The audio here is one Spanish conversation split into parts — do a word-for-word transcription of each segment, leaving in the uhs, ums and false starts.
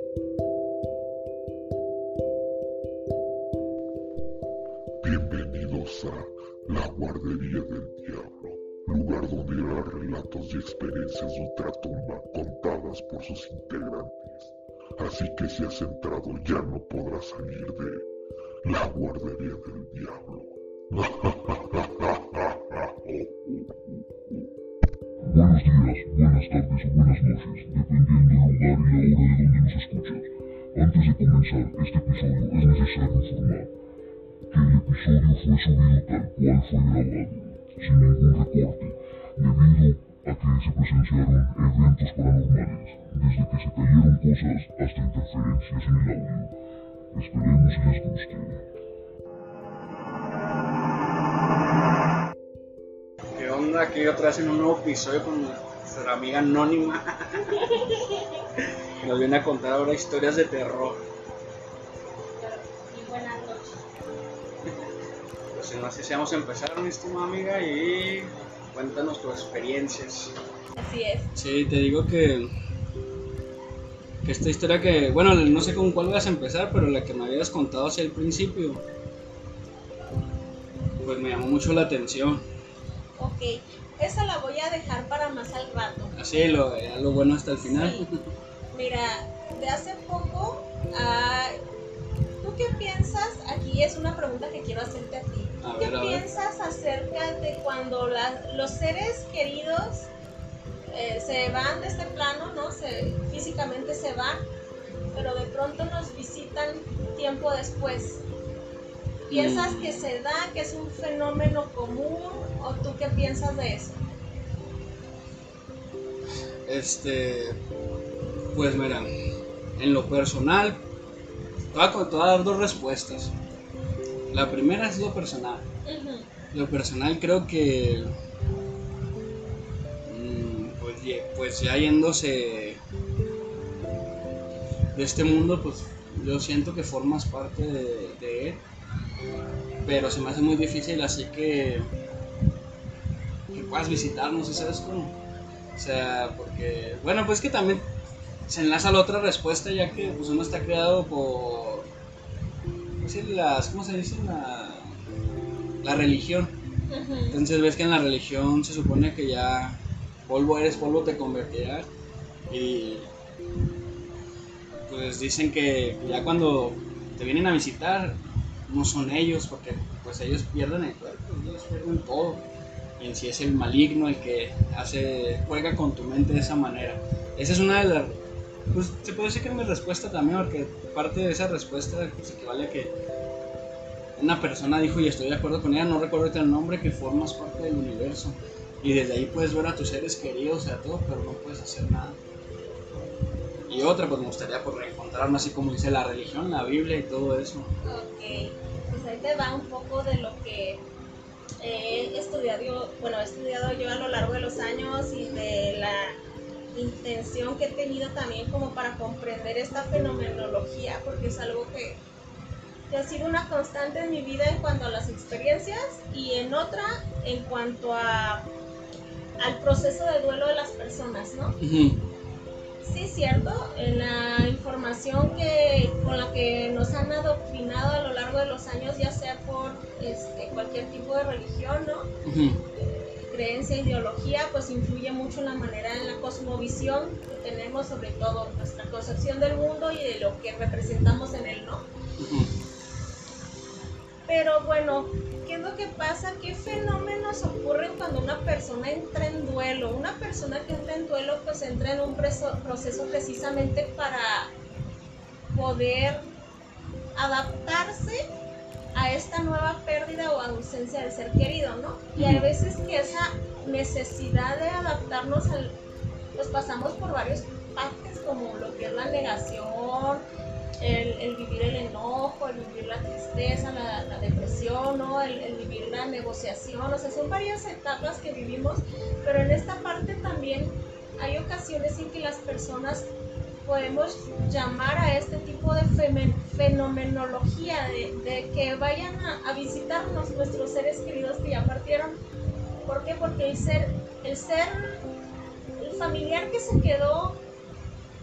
Bienvenidos a La Guardería del Diablo, lugar donde irá relatos y experiencias de ultratumba contadas por sus integrantes. Así que si has entrado ya no podrás salir de La Guardería del Diablo. Buenos días, buenas tardes o buenas noches, dependiendo del lugar y la hora de donde nos escuchas. Antes de comenzar este episodio es necesario informar que el episodio fue subido tal cual fue grabado, sin ningún recorte, debido a que se presenciaron eventos paranormales, desde que se cayeron cosas hasta interferencias en el audio. Esperemos y les guste. ¿Qué onda? Aquí otra vez en un nuevo episodio con nuestra amiga anónima. Nos viene a contar ahora historias de terror. Y buenas noches. Pues sin más deseamos empezar, mi estimada amiga, y cuéntanos tus experiencias. Así es. Sí, te digo que, que esta historia que, bueno, no sé con cuál vas a empezar, pero la que me habías contado hacia el principio, pues me llamó mucho la atención. Ok, esa la voy a dejar para más al rato. Así, lo, lo bueno hasta el final. Sí. Mira, de hace poco, ah, ¿tú qué piensas? Aquí es una pregunta que quiero hacerte a ti. A ¿Qué ver, a ver. piensas acerca de cuando la- los seres queridos eh, se van de este plano, ¿no? Se, físicamente se van, pero de pronto nos visitan tiempo después? ¿Piensas Mm. que se da, que es un fenómeno común, o tú qué piensas de eso? Este, pues mira, en lo personal, te voy a, te voy a dar dos respuestas. La primera es lo personal. Ujú. Lo personal creo que, mm, pues, ye- pues ya yéndose de este mundo, pues yo siento que formas parte de, de él, pero se me hace muy difícil, así que que puedas visitarnos, ¿sabes cómo? O sea, porque, bueno, pues que también se enlaza a la otra respuesta, ya que pues uno está creado por, pues, sí, las, ¿cómo se dice? La, la religión. Ujú. Entonces ves que en la religión se supone que ya polvo eres, polvo te convertirás. Y pues dicen que ya cuando te vienen a visitar no son ellos, porque pues ellos pierden el cuerpo, ellos pierden todo. Y en sí es el maligno el que hace, juega con tu mente de esa manera. Esa es una de las, pues se puede decir que es mi respuesta también, porque parte de esa respuesta pues equivale a que una persona dijo, y estoy de acuerdo con ella, no recuerdo el nombre, que formas parte del universo. Y desde ahí puedes ver a tus seres queridos, a todo, pero no puedes hacer nada. Y otra, pues me gustaría pues, reencontrarme así como dice la religión, la Biblia y todo eso. Ok, pues ahí te va un poco de lo que he estudiado, yo- bueno, he estudiado yo a lo largo de los años y de la intención que he tenido también como para comprender esta fenomenología, porque es algo que, que ha sido una constante en mi vida en cuanto a las experiencias y en otra en cuanto a, al proceso de duelo de las personas, ¿no? Ujú. Sí, cierto, en la información que, con la que nos han adoctrinado a lo largo de los años, ya sea por este, cualquier tipo de religión, ¿no? Ujú. Creencia, ideología, pues influye mucho en la manera, en la cosmovisión que tenemos, sobre todo nuestra concepción del mundo y de lo que representamos en él, ¿no? Ujú. Pero bueno, ¿qué es lo que pasa? ¿Qué fenómenos ocurren cuando una persona entra en duelo? Una persona que entra en duelo pues entra en un preso- proceso precisamente para poder adaptarse a esta nueva pérdida o ausencia del ser querido, ¿no? Y hay veces que esa necesidad de adaptarnos al, pues pasamos por varios partes como lo que es la negación, el, el vivir el enojo, el vivir la tristeza, la, la depresión, ¿no? el, el vivir la negociación, o sea, son varias etapas que vivimos, pero en esta parte también hay ocasiones en que las personas podemos llamar a este tipo de femen, fenomenología, de, de que vayan a, a visitarnos nuestros seres queridos que ya partieron. ¿Por qué? Porque el ser, el ser, el familiar que se quedó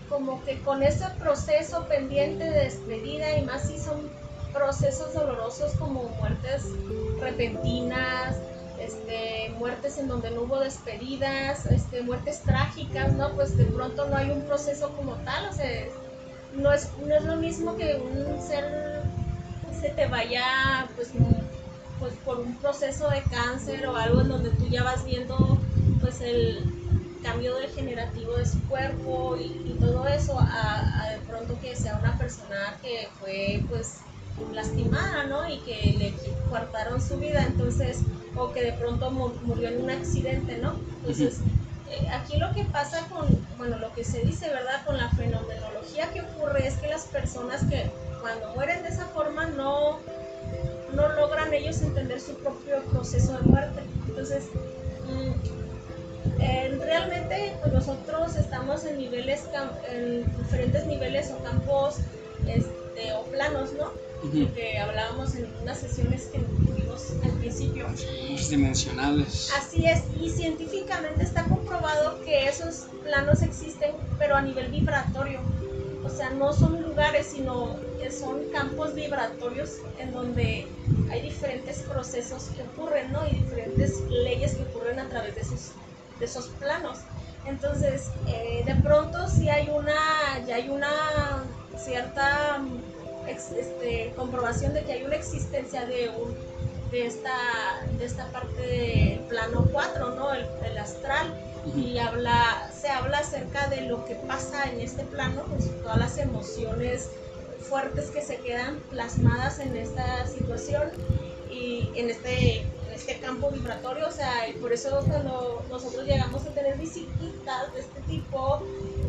como que con ese proceso pendiente de despedida, y más si son procesos dolorosos como muertes repentinas, este, muertes en donde no hubo despedidas, este, muertes trágicas, ¿no? Pues de pronto no hay un proceso como tal, o sea, no es, no es lo mismo que un ser se te vaya pues, pues por un proceso de cáncer o algo en donde tú ya vas viendo pues el cambio degenerativo de su cuerpo y, y todo eso, a, a de pronto que sea una persona que fue pues lastimada, ¿no? Y que le cortaron su vida, entonces, o que de pronto murió en un accidente, ¿no? Entonces, eh, aquí lo que pasa con, bueno, lo que se dice, ¿verdad? Con la fenomenología que ocurre es que las personas que cuando mueren de esa forma no, no logran ellos entender su propio proceso de muerte. Entonces, mmm, eh, realmente pues nosotros estamos en niveles, en diferentes niveles o campos este, o planos, ¿no? Uh-huh. Que hablábamos en unas sesiones que tuvimos al principio. Los dimensionales. Así es, y científicamente está comprobado que esos planos existen, pero a nivel vibratorio. O sea, no son lugares, sino son campos vibratorios en donde hay diferentes procesos que ocurren, ¿no? Y diferentes leyes que ocurren a través de esos, de esos planos. Entonces, eh, de pronto sí hay una, ya hay una cierta este, comprobación de que hay una existencia de, un, de, esta, de esta parte del plano cuatro, ¿no? El, el astral. Y habla, se habla acerca de lo que pasa en este plano, pues, todas las emociones fuertes que se quedan plasmadas en esta situación y en este, en este campo vibratorio. O sea, y por eso cuando nosotros llegamos a tener visitas de este tipo,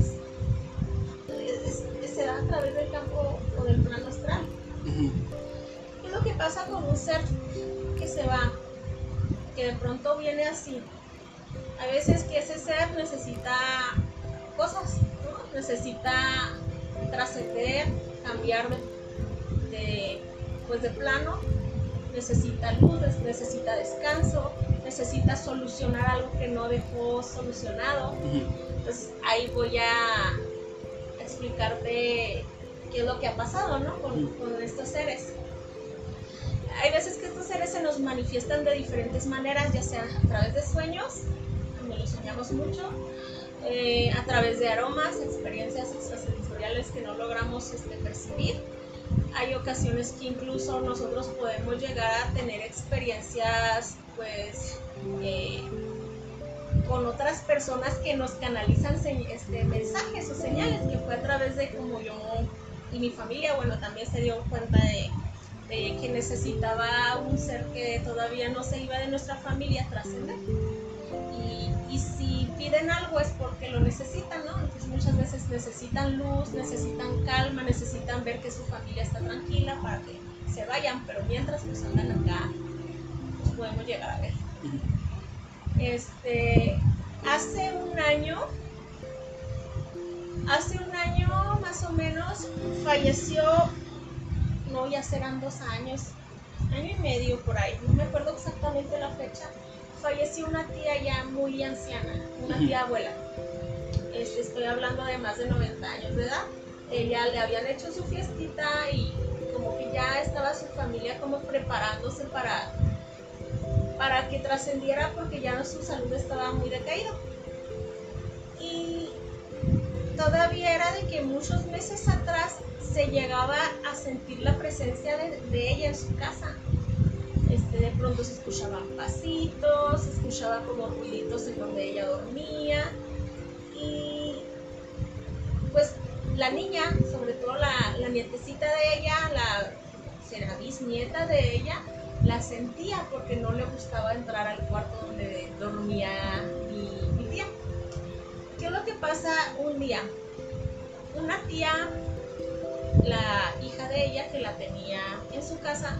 es, es, se da a través del campo o del plano astral. Uh-huh. ¿Qué es lo que pasa con un ser que se va, que de pronto viene así? A veces que ese ser necesita cosas, ¿no? Necesita trascender, cambiar de, de, pues de plano, necesita luz, necesita descanso, necesita solucionar algo que no dejó solucionado. Entonces ahí voy a explicarte qué es lo que ha pasado, ¿no? con, con estos seres. Hay veces que estos seres se nos manifiestan de diferentes maneras, ya sea a través de sueños, lo soñamos mucho, eh, a través de aromas, experiencias extrasensoriales que no logramos este, percibir. Hay ocasiones que incluso nosotros podemos llegar a tener experiencias pues eh, con otras personas que nos canalizan este, mensajes o señales, que fue a través de como yo y mi familia, bueno, también se dio cuenta de, de que necesitaba un ser que todavía no se iba de nuestra familia a trascender. Y, y si piden algo es porque lo necesitan, ¿no? Entonces muchas veces necesitan luz, necesitan calma, necesitan ver que su familia está tranquila para que se vayan, pero mientras pues andan acá, pues podemos llegar a ver. Este, hace un año, hace un año más o menos falleció, no, ya serán dos años, año y medio por ahí, no me acuerdo exactamente la fecha. Falleció una tía ya muy anciana, una tía abuela. Este, estoy hablando de más de noventa años de edad. Ella le habían hecho su fiestita y como que ya estaba su familia como preparándose para, para que trascendiera porque ya su salud estaba muy decaída. Y todavía era de que muchos meses atrás se llegaba a sentir la presencia de, de ella en su casa. Este, de pronto se escuchaban pasitos, se escuchaba como ruiditos en donde ella dormía y pues la niña, sobre todo la, la nietecita de ella, la será bisnieta de ella, la sentía porque no le gustaba entrar al cuarto donde dormía mi, mi tía. ¿Qué es lo que pasa un día? Una tía, la hija de ella que la tenía en su casa,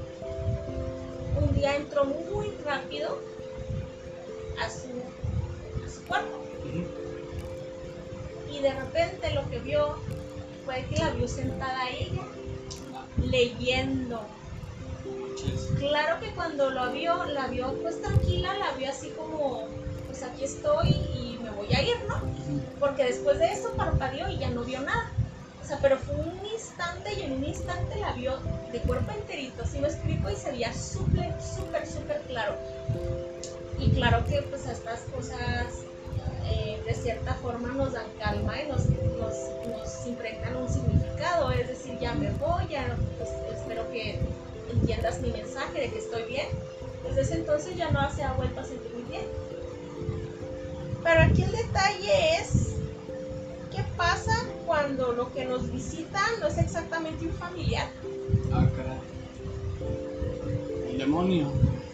un día entró muy rápido a su, a su cuarto. Uh-huh. Y de repente lo que vio fue que la vio sentada a ella, leyendo. Claro que cuando la vio, la vio pues tranquila, la vio así como, pues aquí estoy y me voy a ir, ¿no? Porque después de eso parpadeó y ya no vio nada. O sea, pero fue un instante y en un instante la vio de cuerpo enterito, ¿sí me explico? Y se veía súper, súper, súper claro. Y claro que pues estas cosas eh, de cierta forma nos dan calma y nos, nos, nos impregnan un significado. Es decir, ya me voy, ya pues, espero que entiendas mi mensaje de que estoy bien. Desde ese entonces ya no se ha vuelto a sentir muy bien. Pero aquí el detalle es, ¿qué pasa cuando lo que nos visita no es exactamente un familiar? Ah, caray. El demonio.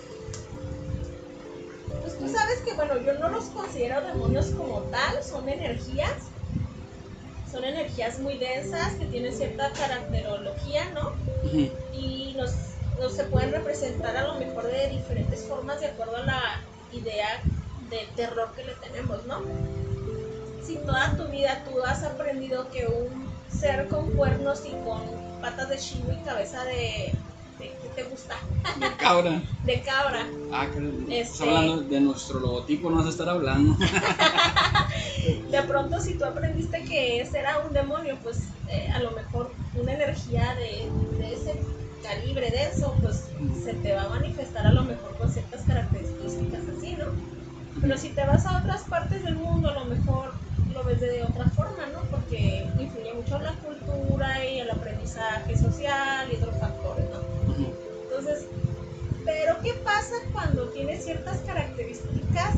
Pues tú sabes que, bueno, yo no los considero demonios como tal, son energías. Son energías muy densas que tienen cierta caracterología, ¿no? Ujú. Y nos, nos se pueden representar a lo mejor de diferentes formas de acuerdo a la idea de terror que le tenemos, ¿no? Si toda tu vida tú has aprendido que un ser con cuernos y con patas de chivo y cabeza de, de ¿qué te gusta? De cabra. De cabra. Ah, caray. Este- Estás hablando de nuestro logotipo, no vas a estar hablando. De pronto si tú aprendiste que ese era un demonio, pues eh, a lo mejor una energía de, de ese calibre denso, pues se te va a manifestar a lo mejor con ciertas características así, ¿no? Pero si te vas a otras partes del mundo, a lo mejor lo ves de otra forma, ¿no? Porque influye mucho en la cultura y el aprendizaje social y otros factores, ¿no? Ujú. Entonces, pero ¿qué pasa cuando tiene ciertas características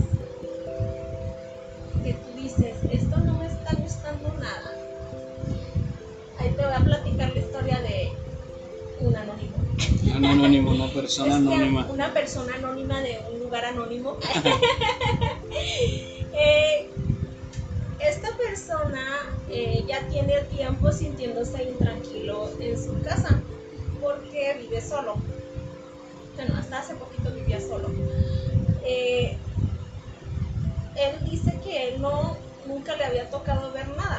que tú dices, esto no me está gustando nada? Ahí te voy a platicar la historia de un anónimo. Un anónimo, una persona Es que anónima. Una persona anónima de un lugar anónimo. Eh, esta persona eh, ya tiene tiempo sintiéndose intranquilo en su casa porque vive solo. Bueno, hasta hace poquito vivía solo. Eh, él dice que él no, nunca le había tocado ver nada.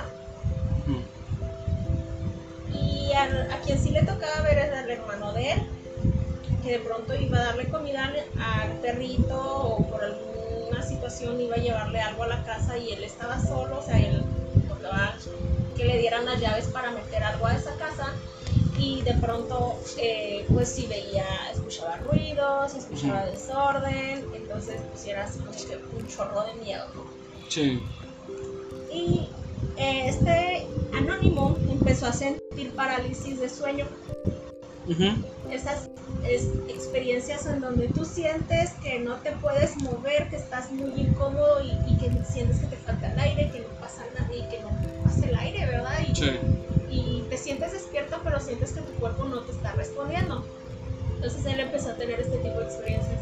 Ujú. Y al- a quien sí le tocaba ver era el hermano de él, que de pronto iba a darle comida al, al perrito o por alguna situación iba a llevarle algo a la casa y él estaba solo, o sea, él tocaba que le dieran las llaves para meter algo a esa casa y de pronto eh, pues sí veía, escuchaba ruidos, escuchaba Ujú. desorden, entonces pues era así como que un chorro de miedo, ¿no? Sí. Y eh, este anónimo empezó a sentir parálisis de sueño. Ujú. Esas es, experiencias en donde tú sientes que no te puedes mover, que estás muy incómodo y, y que sientes que te falta el aire, que no pasa nada y que no pasa el aire, ¿verdad? Y, Sí. y te sientes despierto, pero sientes que tu cuerpo no te está respondiendo. Entonces él empezó a tener este tipo de experiencias.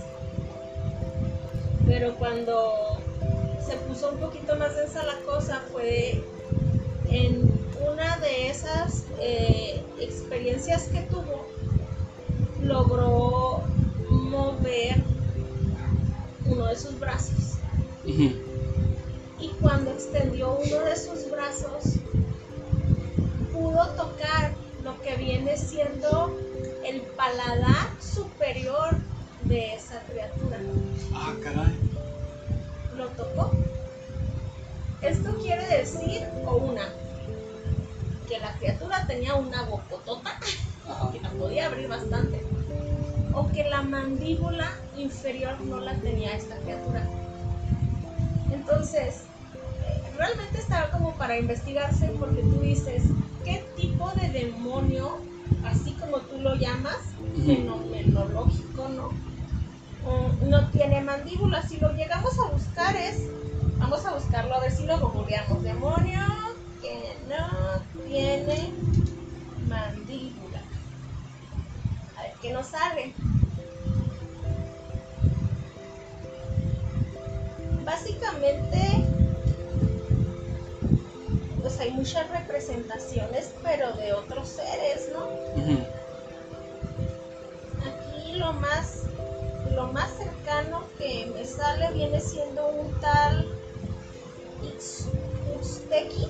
Pero cuando se puso un poquito más densa la cosa fue en una de esas eh, experiencias que tuvo, logró mover uno de sus brazos. Ujú. Y cuando extendió uno de sus brazos, pudo tocar lo que viene siendo el paladar superior de esa criatura. Ah, caray. Lo tocó. Esto quiere decir, o una, que la criatura tenía una bocotota Ajá. que la podía abrir bastante, o que la mandíbula inferior no la tenía esta criatura. Entonces, eh, realmente estaba como para investigarse porque tú dices, ¿qué tipo de demonio, así como tú lo llamas, Ujú. fenomenológico, no? Mm, no tiene mandíbula. Si lo llegamos a buscar es, vamos a buscarlo a ver si lo googleamos, demonio que no tiene mandíbula. A ver qué nos sale. Básicamente, pues hay muchas representaciones, pero de otros seres, ¿no? Ujú. Aquí lo más, lo más cercano que me sale viene siendo un tal Ix- Ixtequi.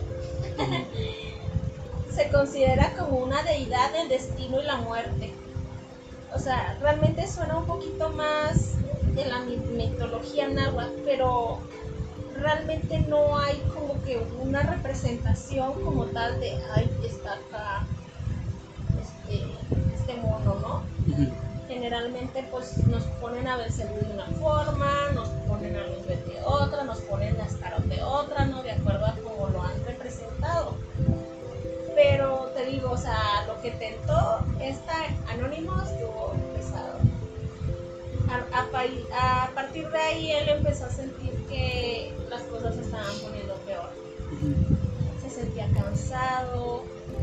Ujú. Se considera como una deidad del destino y la muerte. O sea, realmente suena un poquito más de la mi- mitología náhuatl, pero realmente no hay como que una representación como tal de, ay, está acá este, este mono, ¿no? Ujú. Generalmente pues nos ponen a veces de una forma, nos ponen a luz de otra, nos ponen a estar de otra, ¿no? De acuerdo a cómo lo han representado. Pero te digo, o sea, lo que tentó esta Anonymous estuvo pesado. A, a, a partir de ahí él empezó a sentir que las cosas se estaban poniendo peor. Ujú. Se sentía cansado,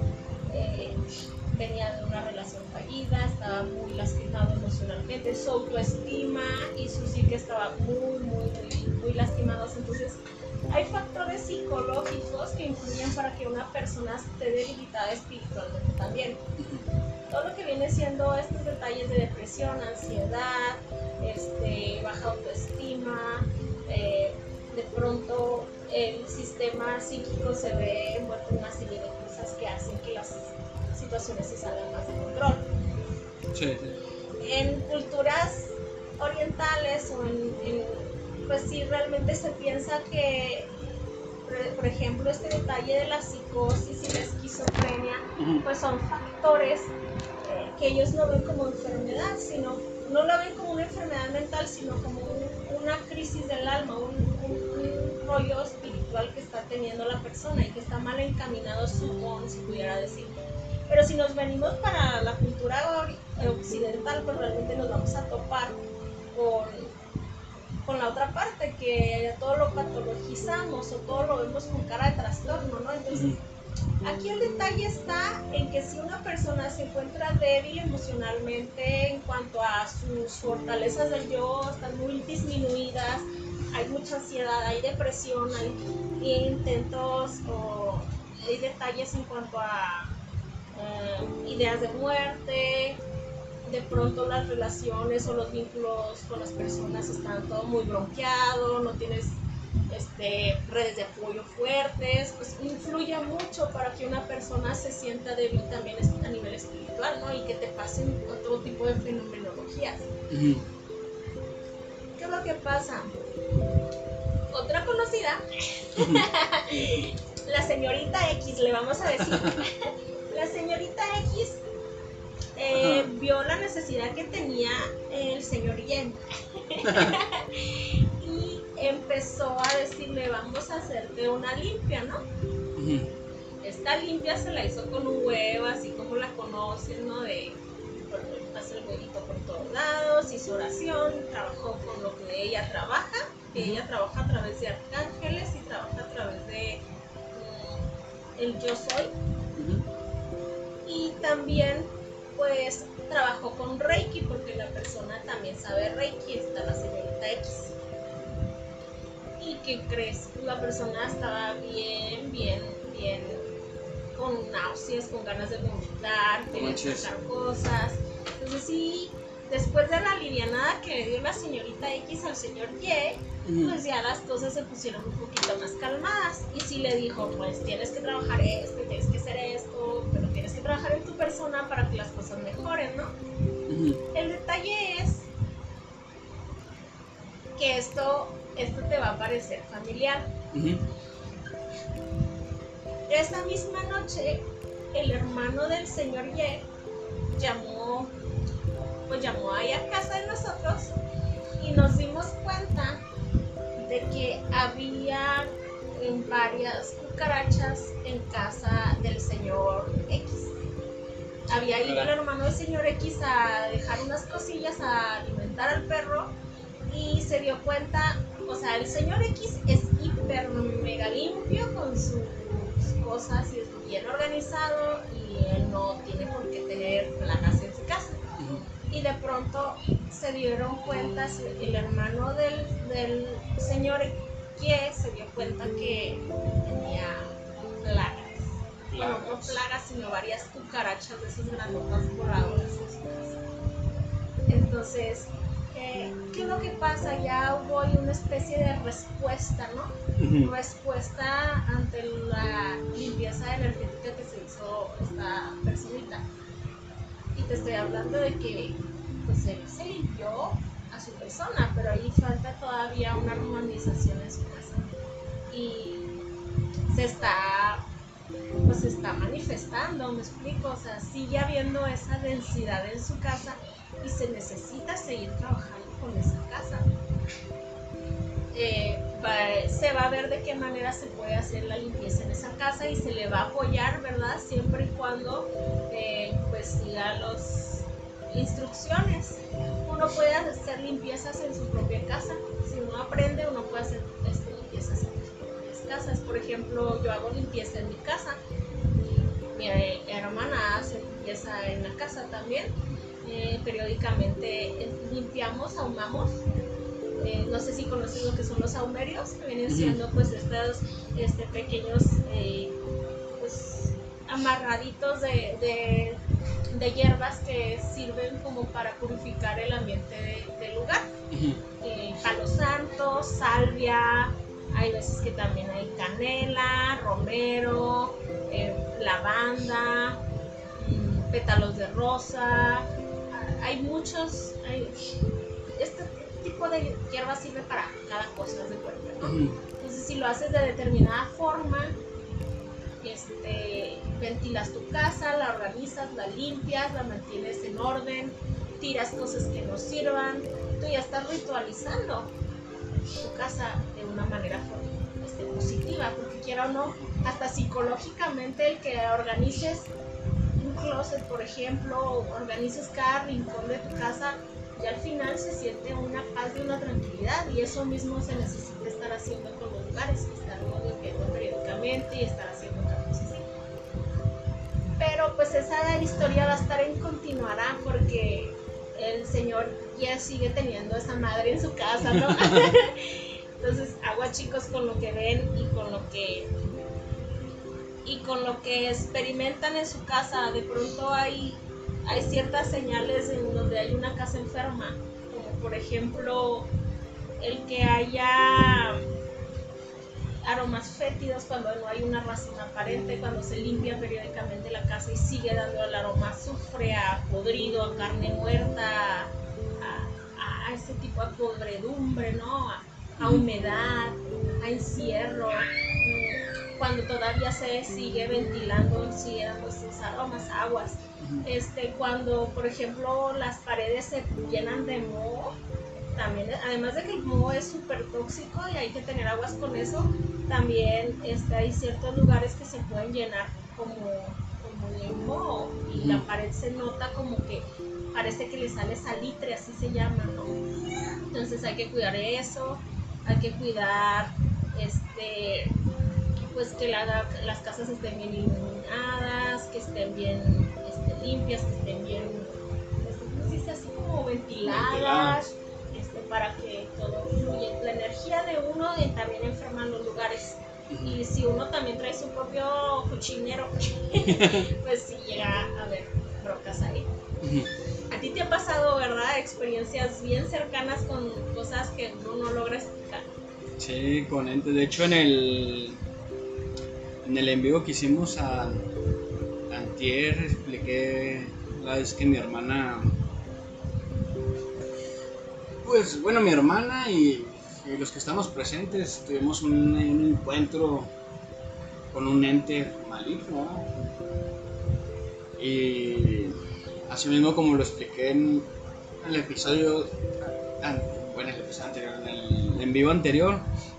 eh, venía de una relación fallida, estaba muy lastimado emocionalmente, su autoestima y su psique estaba muy, muy, muy, muy lastimados. Entonces, hay factores psicológicos que influyen para que una persona esté debilitada espiritualmente también. Todo lo que viene siendo estos detalles de depresión, ansiedad, este, baja autoestima, eh, de pronto el sistema psíquico se ve envuelto en una serie de cosas que hacen que las situaciones se salgan más de control. Sí, sí. En culturas orientales o en, en pues sí realmente se piensa que, por ejemplo, este detalle de la psicosis y la esquizofrenia, Ujú. pues son factores eh, que ellos no ven como enfermedad, sino no lo ven como una enfermedad mental, sino como un, una crisis del alma, un, un, un rollo espiritual que está teniendo la persona y que está mal encaminado su don, si pudiera decir. Pero si nos venimos para la cultura occidental, pues realmente nos vamos a topar con, con la otra parte, que todo lo patologizamos o todo lo vemos con cara de trastorno, ¿no? Entonces, aquí el detalle está en que si una persona se encuentra débil emocionalmente en cuanto a sus fortalezas del yo, están muy disminuidas, hay mucha ansiedad, hay depresión, hay intentos o hay detalles en cuanto a Uh, ideas de muerte, de pronto las relaciones o los vínculos con las personas están todo muy bloqueado, no tienes este, redes de apoyo fuertes, pues influye mucho para que una persona se sienta débil también a nivel espiritual, ¿no? Y que te pasen otro tipo de fenomenologías. Uh-huh. ¿Qué es lo que pasa? Otra conocida, la señorita X, le vamos a decir. La señorita X eh, vio la necesidad que tenía el señor Y y empezó a decirle, vamos a hacerte una limpia, ¿no? Uh-huh. Esta limpia se la hizo con un huevo, así como la conocen, ¿no? De hacer el huevito por todos lados, hizo oración, trabajó con lo que ella trabaja, que uh-huh. ella trabaja a través de arcángeles y trabaja a través de um, el yo soy. Uh-huh. Y también pues trabajó con Reiki, porque la persona también sabe Reiki, está la señorita X. ¿Y qué crees? La persona estaba bien, bien, bien, con náuseas, con ganas de vomitar, quería sacar cosas. Entonces sí, después de la alivianada que le dio la señorita X al señor Y, uh-huh. pues ya las cosas se pusieron un poquito más calmadas. Y sí le dijo, pues tienes que trabajar esto, tienes que hacer esto, pero tienes que trabajar en tu persona para que las cosas mejoren, ¿no? Uh-huh. El detalle es que esto, esto te va a parecer familiar. Uh-huh. Esa misma noche, el hermano del señor Y llamó, pues llamó ahí a casa de nosotros y nos dimos cuenta de que había varias cucarachas en casa del señor X. Había ido el hermano del señor X a dejar unas cosillas, a alimentar al perro, y se dio cuenta, o sea, el señor X es hiper mega limpio con sus cosas y es bien organizado y él no tiene por qué tener plagas en su casa. Uh-huh. Y de pronto se dieron cuenta, el hermano del, del señor Y se dio cuenta que tenía plagas. Bueno, no plagas, sino varias cucarachas de esas granotas borradoras en su casa. Entonces, eh, ¿qué es lo que pasa? Ya hubo una especie de respuesta, ¿no? Uh-huh. Respuesta ante la limpieza energética que se hizo esta personita. Y te estoy hablando de que pues él se limpió a su persona, pero ahí falta todavía una armonización en su casa. y se está, pues se está manifestando, me explico, o sea, sigue habiendo esa densidad en su casa y se necesita seguir trabajando con esa casa. Eh, va, se va a ver de qué manera se puede hacer la limpieza en esa casa y se le va a apoyar, ¿verdad? Siempre y cuando eh, pues siga las instrucciones. Uno puede hacer limpiezas en su propia casa. Si uno aprende, uno puede hacer este, limpiezas en sus propias casas. Por ejemplo, yo hago limpieza en mi casa. Mi hermana hace limpieza en la casa también. Eh, periódicamente limpiamos, ahumamos. Eh, no sé si conoces lo que son los ahumerios, que vienen siendo pues estos este, pequeños eh, pues, amarraditos de, de, de hierbas que sirven como para purificar el ambiente de, del lugar. Uh-huh. eh, palo santo, salvia, hay veces que también hay canela, romero, eh, lavanda, mmm, pétalos de rosa, hay muchos, hay, este tipo de hierba sirve para cada cosa de cuenta, ¿no? Uh-huh. Entonces si lo haces de determinada forma, este, ventilas tu casa, la organizas, la limpias, la mantienes en orden, tiras cosas que no sirvan, tú ya estás ritualizando tu casa de una manera este, positiva, porque quiera o no, hasta psicológicamente el que organices un closet, por ejemplo, o organices cada rincón de tu casa, y al final se siente una paz y una tranquilidad, y eso mismo se necesita estar haciendo con los lugares, estarlo limpiando periódicamente y estar haciendo cambios así. Pero pues esa historia va a estar en continuará porque el señor ya sigue teniendo esa madre en su casa, ¿no? Entonces, agua chicos con lo que ven y con lo que y con lo que experimentan en su casa. De pronto hay hay ciertas señales en donde hay una casa enferma, como por ejemplo el que haya aromas fétidos cuando no hay una razón aparente, cuando se limpia periódicamente la casa y sigue dando el aroma a azufre, a podrido, a carne muerta, a, a ese tipo de podredumbre, ¿no? A, a humedad, a encierro, cuando todavía se sigue ventilando, sigue dando esos aromas, aguas. Este, cuando, por ejemplo, las paredes se llenan de moho, también, además de que el moho es súper tóxico y hay que tener aguas con eso, también este, hay ciertos lugares que se pueden llenar como, como de moho y la pared se nota como que parece que le sale salitre, así se llama, ¿no? Entonces hay que cuidar eso, hay que cuidar este, pues que la, las casas estén bien iluminadas, que estén bien este, limpias, que estén bien, este, ¿cómo se dice? Así como ventiladas, este, para que todo fluya. La energía de uno y también enferman los lugares. Uh-huh. Y si uno también trae su propio cochinero, pues sí llega a haber brocas ahí. Uh-huh. A ti te ha pasado, ¿verdad? Experiencias bien cercanas con cosas que uno no logra explicar. Sí, con entes. De hecho, en el en el en vivo que hicimos a antier expliqué la vez que mi hermana, pues bueno, mi hermana y, y los que estamos presentes tuvimos un, un encuentro con un ente maligno, ¿no? Y así mismo como lo expliqué en el episodio bueno, el episodio anterior, en el en vivo anterior,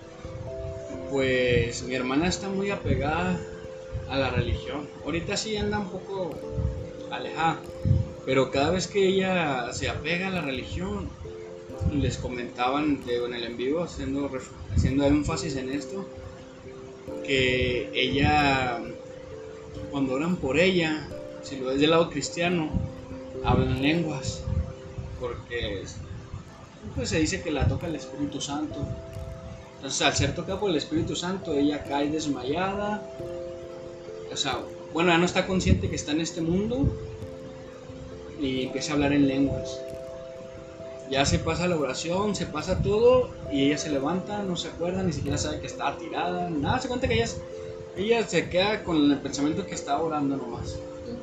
pues mi hermana está muy apegada a la religión. Ahorita sí anda un poco alejada, pero cada vez que ella se apega a la religión, les comentaban de, en el en vivo, haciendo, haciendo énfasis en esto, que ella, cuando oran por ella, si lo ves del lado cristiano, hablan lenguas, porque pues se dice que la toca el Espíritu Santo. Entonces, al ser tocada por el Espíritu Santo, ella cae desmayada. O sea, bueno, ya no está consciente que está en este mundo y empieza a hablar en lenguas. Ya se pasa la oración, se pasa todo y ella se levanta, no se acuerda, ni siquiera sabe que estaba tirada, nada, se cuenta que ella, ella se queda con el pensamiento que estaba orando nomás.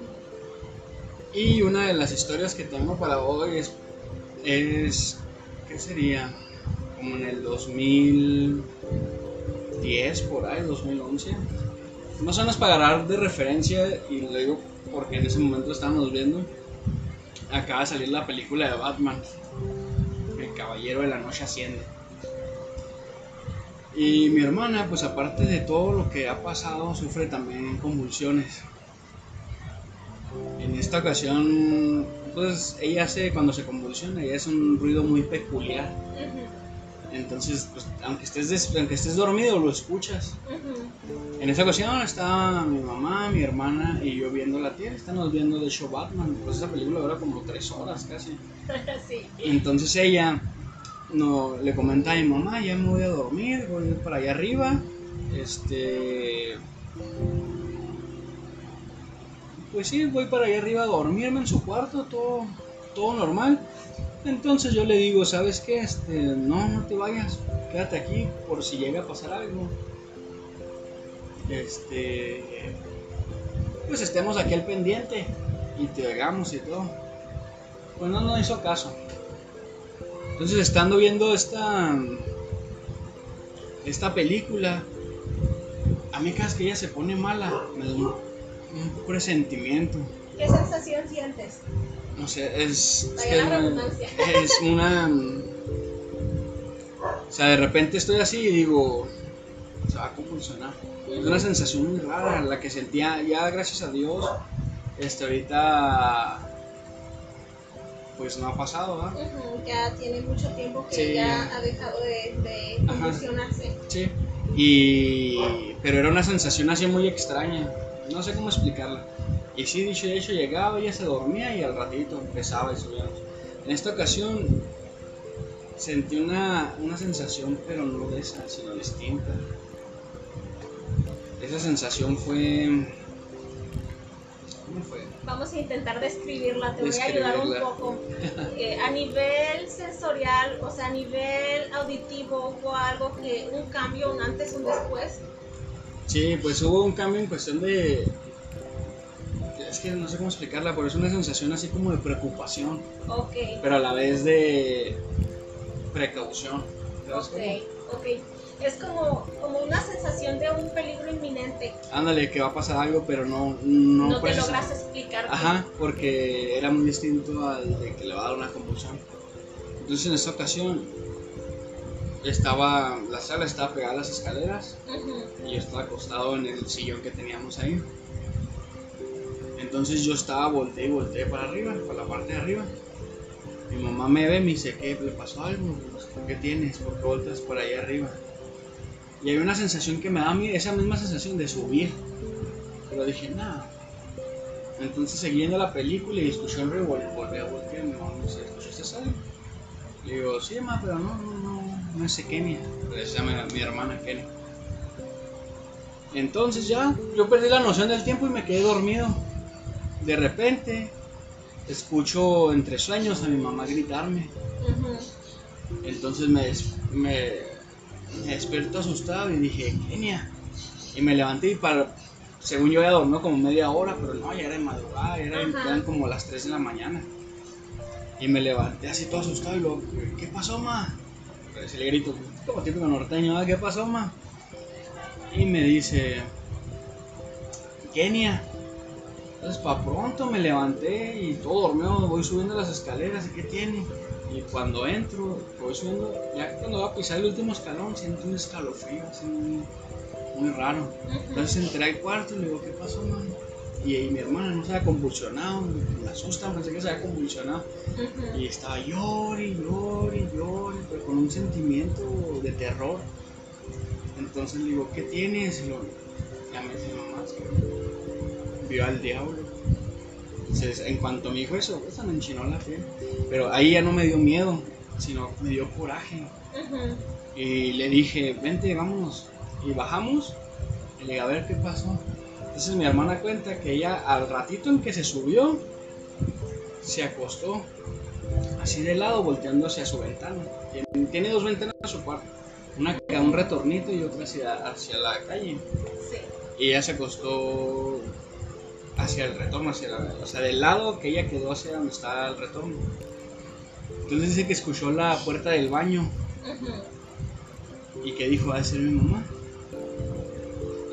Y una de las historias que tengo para hoy es, es ¿qué sería? Como en el dos mil diez por ahí, dos mil once. Más o menos para agarrar de referencia, y lo digo porque en ese momento estábamos viendo, acaba de salir la película de Batman, El Caballero de la Noche Asciende. Y mi hermana, pues aparte de todo lo que ha pasado, sufre también convulsiones. En esta ocasión, pues ella hace, cuando se convulsiona, ella hace un ruido muy peculiar. Ujú, Entonces, pues, aunque estés, des- aunque estés dormido, lo escuchas. ujú. En esta ocasión estaba mi mamá, mi hermana y yo viendo la tele. Estamos viendo de show Batman. Pues esa película dura como tres horas casi. Sí. Entonces ella no, le comenta a mi mamá, ya me voy a dormir, voy a ir para allá arriba. Este... Pues sí, voy para allá arriba a dormirme en su cuarto, todo, todo normal. Entonces yo le digo, ¿sabes qué? Este, no, no te vayas, quédate aquí por si llega a pasar algo. Este, pues estemos aquí al pendiente y te hagamos y todo. Pues no, no hizo caso. Entonces, estando viendo esta esta película, a mí cada vez que ella se pone mala, me da un, un presentimiento. ¿Qué sensación sientes? No sé, es, es Vaya que la es una- redundancia. es una... O sea, de repente estoy así y digo, se va a convulsionar. Es una sensación muy rara la que sentía, ya gracias a Dios, este, ahorita pues no ha pasado, ¿verdad? Ujú, ya tiene mucho tiempo que Sí, ya ya. ha dejado de, de Ajá. convulsionarse. Sí. Y... pero era una sensación así muy extraña, no sé cómo explicarla. Y sí, dicho y hecho, llegaba, ella se dormía y al ratito empezaba y subíamos. En esta ocasión sentí una, una sensación, pero no de esa, sino distinta. Esa sensación fue... ¿Cómo fue? Vamos a intentar describirla, te voy a ayudar un Describirla. poco. Eh, a nivel sensorial, o sea, a nivel auditivo, hubo algo que, un cambio, un antes, un después. Sí, pues hubo un cambio en cuestión de... Es que no sé cómo explicarla, pero es una sensación así como de preocupación, Ok, pero a la vez de precaución. ¿Sabes ok, cómo? ok. Es como, como una sensación de un peligro inminente. Ándale, que va a pasar algo, pero no... No, No, te precis- logras explicar. Ajá, porque era muy distinto al de que le va a dar una convulsión. Entonces en esta ocasión estaba... La sala estaba pegada a las escaleras Ujú, y yo estaba acostado en el sillón que teníamos ahí. Entonces yo estaba volteé y volteé para arriba, para la parte de arriba. Mi mamá me ve y me dice, ¿qué? ¿Le pasó algo? ¿Qué tienes? ¿Por qué volteas por ahí arriba? Y hay una sensación que me da a mí, esa misma sensación de subir. Pero dije, nada. Entonces seguí viendo la película y escuché un ruido, vol- volví a voltear. Mi mamá me dice, ¿escuchaste algo? Le digo, sí, mamá, pero no, no, no, no es Kenia. Pero se llama mi hermana Kenia. Entonces ya, yo perdí la noción del tiempo y me quedé dormido. De repente, escucho entre sueños a mi mamá gritarme. ujú. Entonces me, des- me, me despierto asustado y dije, Kenia. Y me levanté y para, según yo había dormido como media hora, pero no, ya era de madrugada, ya eran, Ajá. eran como las tres de la mañana. Y me levanté así todo asustado y luego, ¿qué pasó, ma? Pues le grito, como típico norteño, "¿Ah, ¿qué pasó, ma?" Y me dice, Kenia. Entonces, para pronto me levanté y todo dormido, voy subiendo las escaleras, ¿y qué tiene? Y cuando entro, voy subiendo, ya cuando voy a pisar el último escalón, siento un escalofrío así muy, muy raro. Entonces entré al cuarto y le digo, ¿qué pasó, man? Y, y mi hermana no se había convulsionado, me asusta, pensé que se había convulsionado. Ujú. Y estaba llore, llore, llore, pero con un sentimiento de terror. Entonces le digo, ¿qué tienes? Y lo, ya me dice mamá, es que vio al diablo. Entonces, en cuanto me dijo eso, pues me enchinó la piel. Pero ahí ya no me dio miedo, sino me dio coraje. Ujú. Y le dije, vente, vámonos. Y bajamos. Y le dije, a ver qué pasó. Entonces mi hermana cuenta que ella, al ratito en que se subió, se acostó así de lado, volteando hacia su ventana. Tiene, tiene dos ventanas en su cuarto. Una que da un retornito y otra hacia, hacia la calle. Sí. Y ella se acostó hacia el retorno, hacia la, o sea, del lado que ella quedó hacia donde está el retorno. Entonces dice que escuchó la puerta del baño Ujú. y que dijo, ha de ser mi mamá.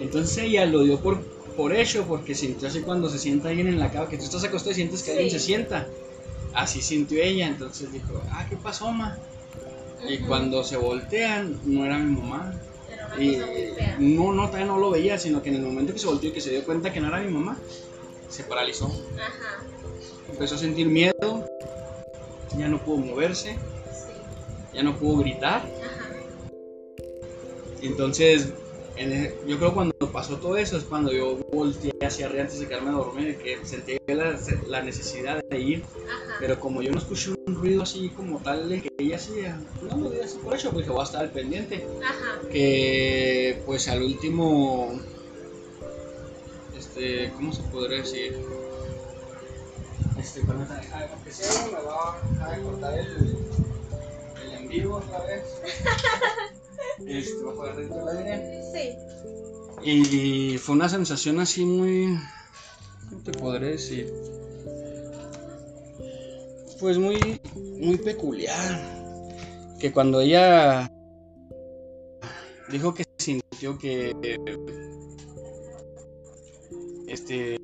Entonces ella lo dio por, por hecho, porque sintió así cuando se sienta alguien en la cama, que tú estás acostado y sientes que Sí. alguien se sienta. Así sintió ella, entonces dijo, ah, ¿qué pasó, ma? Y Ujú. cuando se voltean, no era mi mamá. Era una Y cosa muy fea. no, no, todavía no lo veía, sino que en el momento que se volteó y que se dio cuenta que no era mi mamá, se paralizó. Ajá, Empezó a sentir miedo, ya no pudo moverse, sí. ya no pudo gritar. Ajá. Entonces, en el- yo creo que cuando pasó todo eso es cuando yo volteé hacia arriba antes de quedarme a dormir, que sentí la, la necesidad de ir, Ajá. pero como yo no escuché un ruido así como tal de que ella hacía, no lo di así por eso, porque voy a estar al pendiente. Ajá. Que pues al último, este, ¿cómo se podría decir? Este, cuando aunque sea me va a cortar el, el en vivo otra vez. Este, va a jugar dentro del aire. Sí. Y fue una sensación así muy, ¿cómo te podré decir? Pues muy, muy peculiar. Que cuando ella dijo que sintió que, este,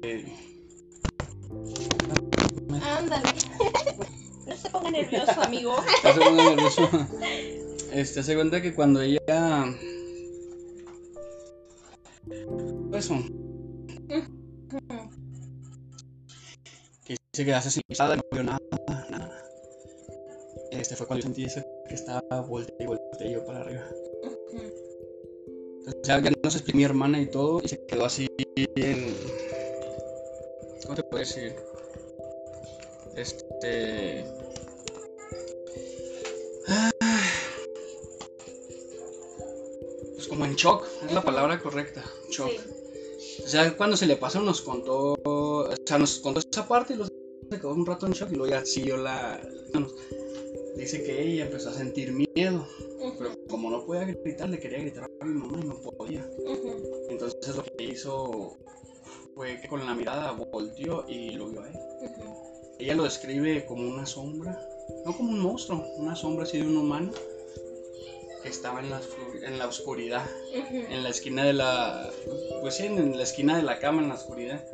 Ándale. No se ponga nervioso, amigo. hace muy nervioso. Este, hace cuenta que cuando ella, eso, que se quedase sin pisada, no vio nada, nada. Este fue cuando yo sentí eso, que estaba volteé y volteé yo para arriba. Entonces ya, ya nos explicó mi hermana y todo, y se quedó así en, ¿cómo te puedo decir? Este, pues como en shock, es la palabra correcta, shock. Sí. O sea, cuando se le pasó nos contó, o sea, nos contó esa parte y luego se quedó un rato en shock y luego ya siguió la... bueno, dice que ella empezó a sentir miedo, pero como no podía gritar, le quería gritar a mi mamá y no podía. Ujú. Entonces lo que hizo fue que con la mirada volteó y lo vio a él. Ujú. Ella lo describe como una sombra, no como un monstruo, una sombra así de un humano que estaba en la, en la oscuridad, Ujú. en la esquina de la, pues sí, en la esquina de la cama, en la oscuridad.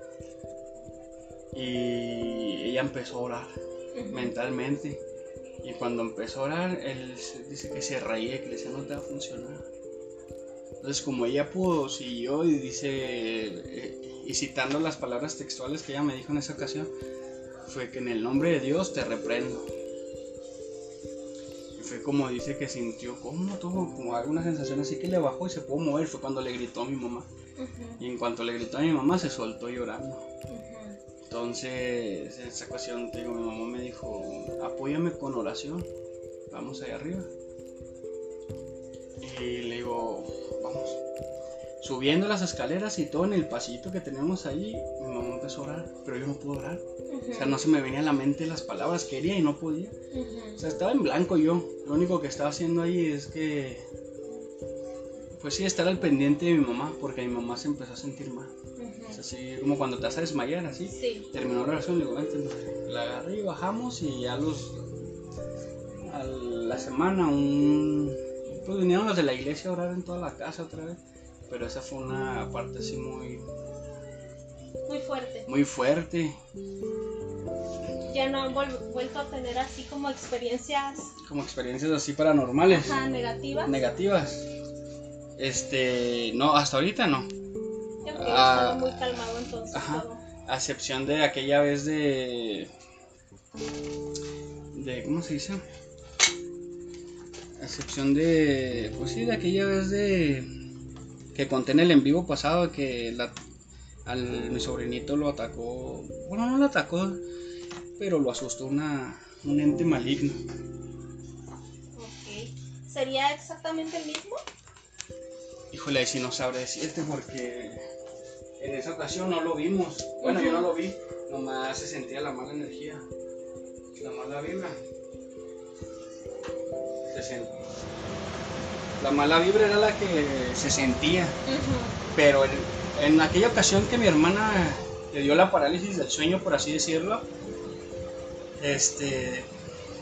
Y ella empezó a orar Ujú. mentalmente. Y cuando empezó a orar, él dice que se reía y que le decía, no te va a funcionar. Entonces, como ella pudo, siguió y dice, eh, y citando las palabras textuales que ella me dijo en esa ocasión, fue que en el nombre de Dios te reprendo. Y fue como dice que sintió, como tuvo como alguna sensación así que le bajó y se pudo mover. Fue cuando le gritó a mi mamá. Ujú. Y en cuanto le gritó a mi mamá, se soltó llorando. Ujú. Entonces, en esa ocasión, te digo, mi mamá me dijo, apóyame con oración, vamos allá arriba. Y le digo, vamos. Subiendo las escaleras y todo en el pasillito que teníamos ahí, mi mamá empezó a orar, pero yo no pude orar. O sea, no se me venía a la mente las palabras, quería y no podía. Ujú. O sea, estaba en blanco yo. Lo único que estaba haciendo ahí es que, pues sí, estar al pendiente de mi mamá, porque mi mamá se empezó a sentir mal. O sea, así como cuando te vas a desmayar, así. Sí. Terminó la oración, le digo, vente, madre. La agarré y bajamos y a los, a la semana, un, pues vinieron los de la iglesia a orar en toda la casa otra vez. Pero esa fue una parte así muy, Muy fuerte. muy fuerte, Ya no han vol- vuelto a tener así como experiencias, como experiencias así paranormales, ajá, negativas. negativas. Este, no, hasta ahorita no. Ya que Ah, estaba muy calmado entonces ajá. todo. A excepción de aquella vez de, de, ¿cómo se dice? A excepción de, pues sí, de aquella vez de, que conté en el en vivo pasado que la, al, mi sobrinito lo atacó, bueno, no lo atacó, pero lo asustó una, un ente maligno. Ok. ¿Sería exactamente el mismo? Híjole, ahí sí no sabré decirte porque en esa ocasión no lo vimos. Bueno, yo no lo vi, nomás se sentía la mala energía, la mala vibra. Se sent- La mala vibra era la que se sentía, Ujú. pero en, en aquella ocasión que mi hermana le dio la parálisis del sueño, por así decirlo, este,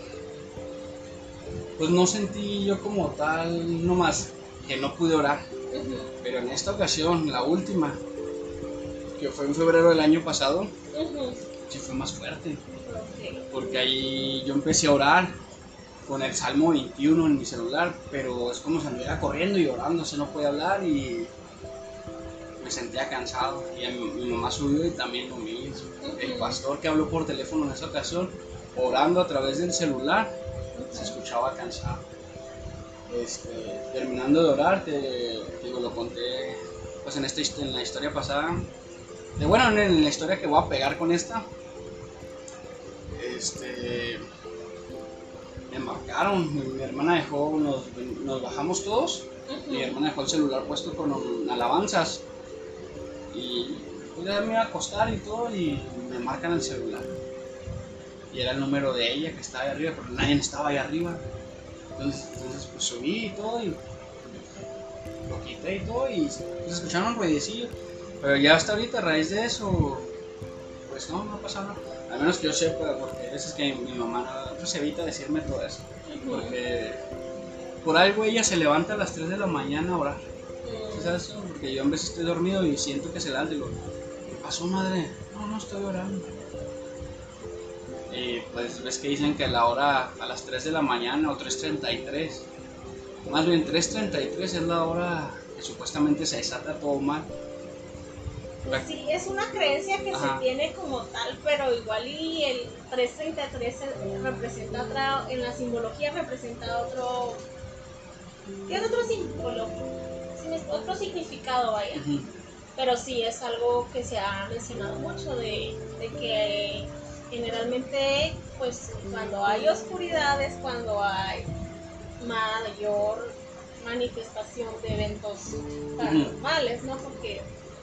pues no sentí yo como tal, nomás que no pude orar. Ujú, Pero en esta ocasión, la última, que fue en febrero del año pasado, ujú. sí fue más fuerte. Ok. Porque ahí yo empecé a orar con el Salmo veintiuno en mi celular, pero es como si anduviera corriendo y orando, se no podía hablar y me sentía cansado. Y a mi, mi mamá subió y también lo mismo. El Ujú. pastor que habló por teléfono en esa ocasión, orando a través del celular, se Ujú. escuchaba cansado. Este, terminando de orar, te, te digo, lo conté pues en, esta, hist- en la historia pasada. De, bueno, en, en la historia que voy a pegar con esta, este, me marcaron. Mi, mi hermana dejó, nos, nos bajamos todos. Ujú. Mi hermana dejó el celular puesto con um, alabanzas. Y pues ya me iba a acostar y todo, y me marcan el celular. Y era el número de ella que estaba ahí arriba, pero nadie estaba ahí arriba. Entonces, entonces pues subí y todo, y lo quité y todo, y pues escucharon un ruidecillo. Pero ya hasta ahorita, a raíz de eso, pues no, no ha pasado nada. Al menos que yo sepa, porque a veces que mi mamá no, pues evita decirme todo eso. Ujú. Porque por algo ella se levanta a las tres de la mañana a orar. ¿Sí Mm. sabes eso? Porque yo a veces estoy dormido y siento que se levanta y digo, ¿qué pasó, madre? No, no estoy orando. Y pues ves que dicen que la hora a las tres de la mañana o tres treinta y tres, más bien tres treinta y tres es la hora que supuestamente se desata todo mal. Pues sí, es una creencia que Ajá. se tiene como tal, pero igual y el trescientos treinta y tres representa otra, en la simbología representa otro, tiene otro símbolo, sin- otro significado, vaya. Ujú. Pero sí es algo que se ha mencionado mucho de, de que generalmente, pues cuando hay oscuridades, cuando hay mayor manifestación de eventos paranormales, ¿no? Porque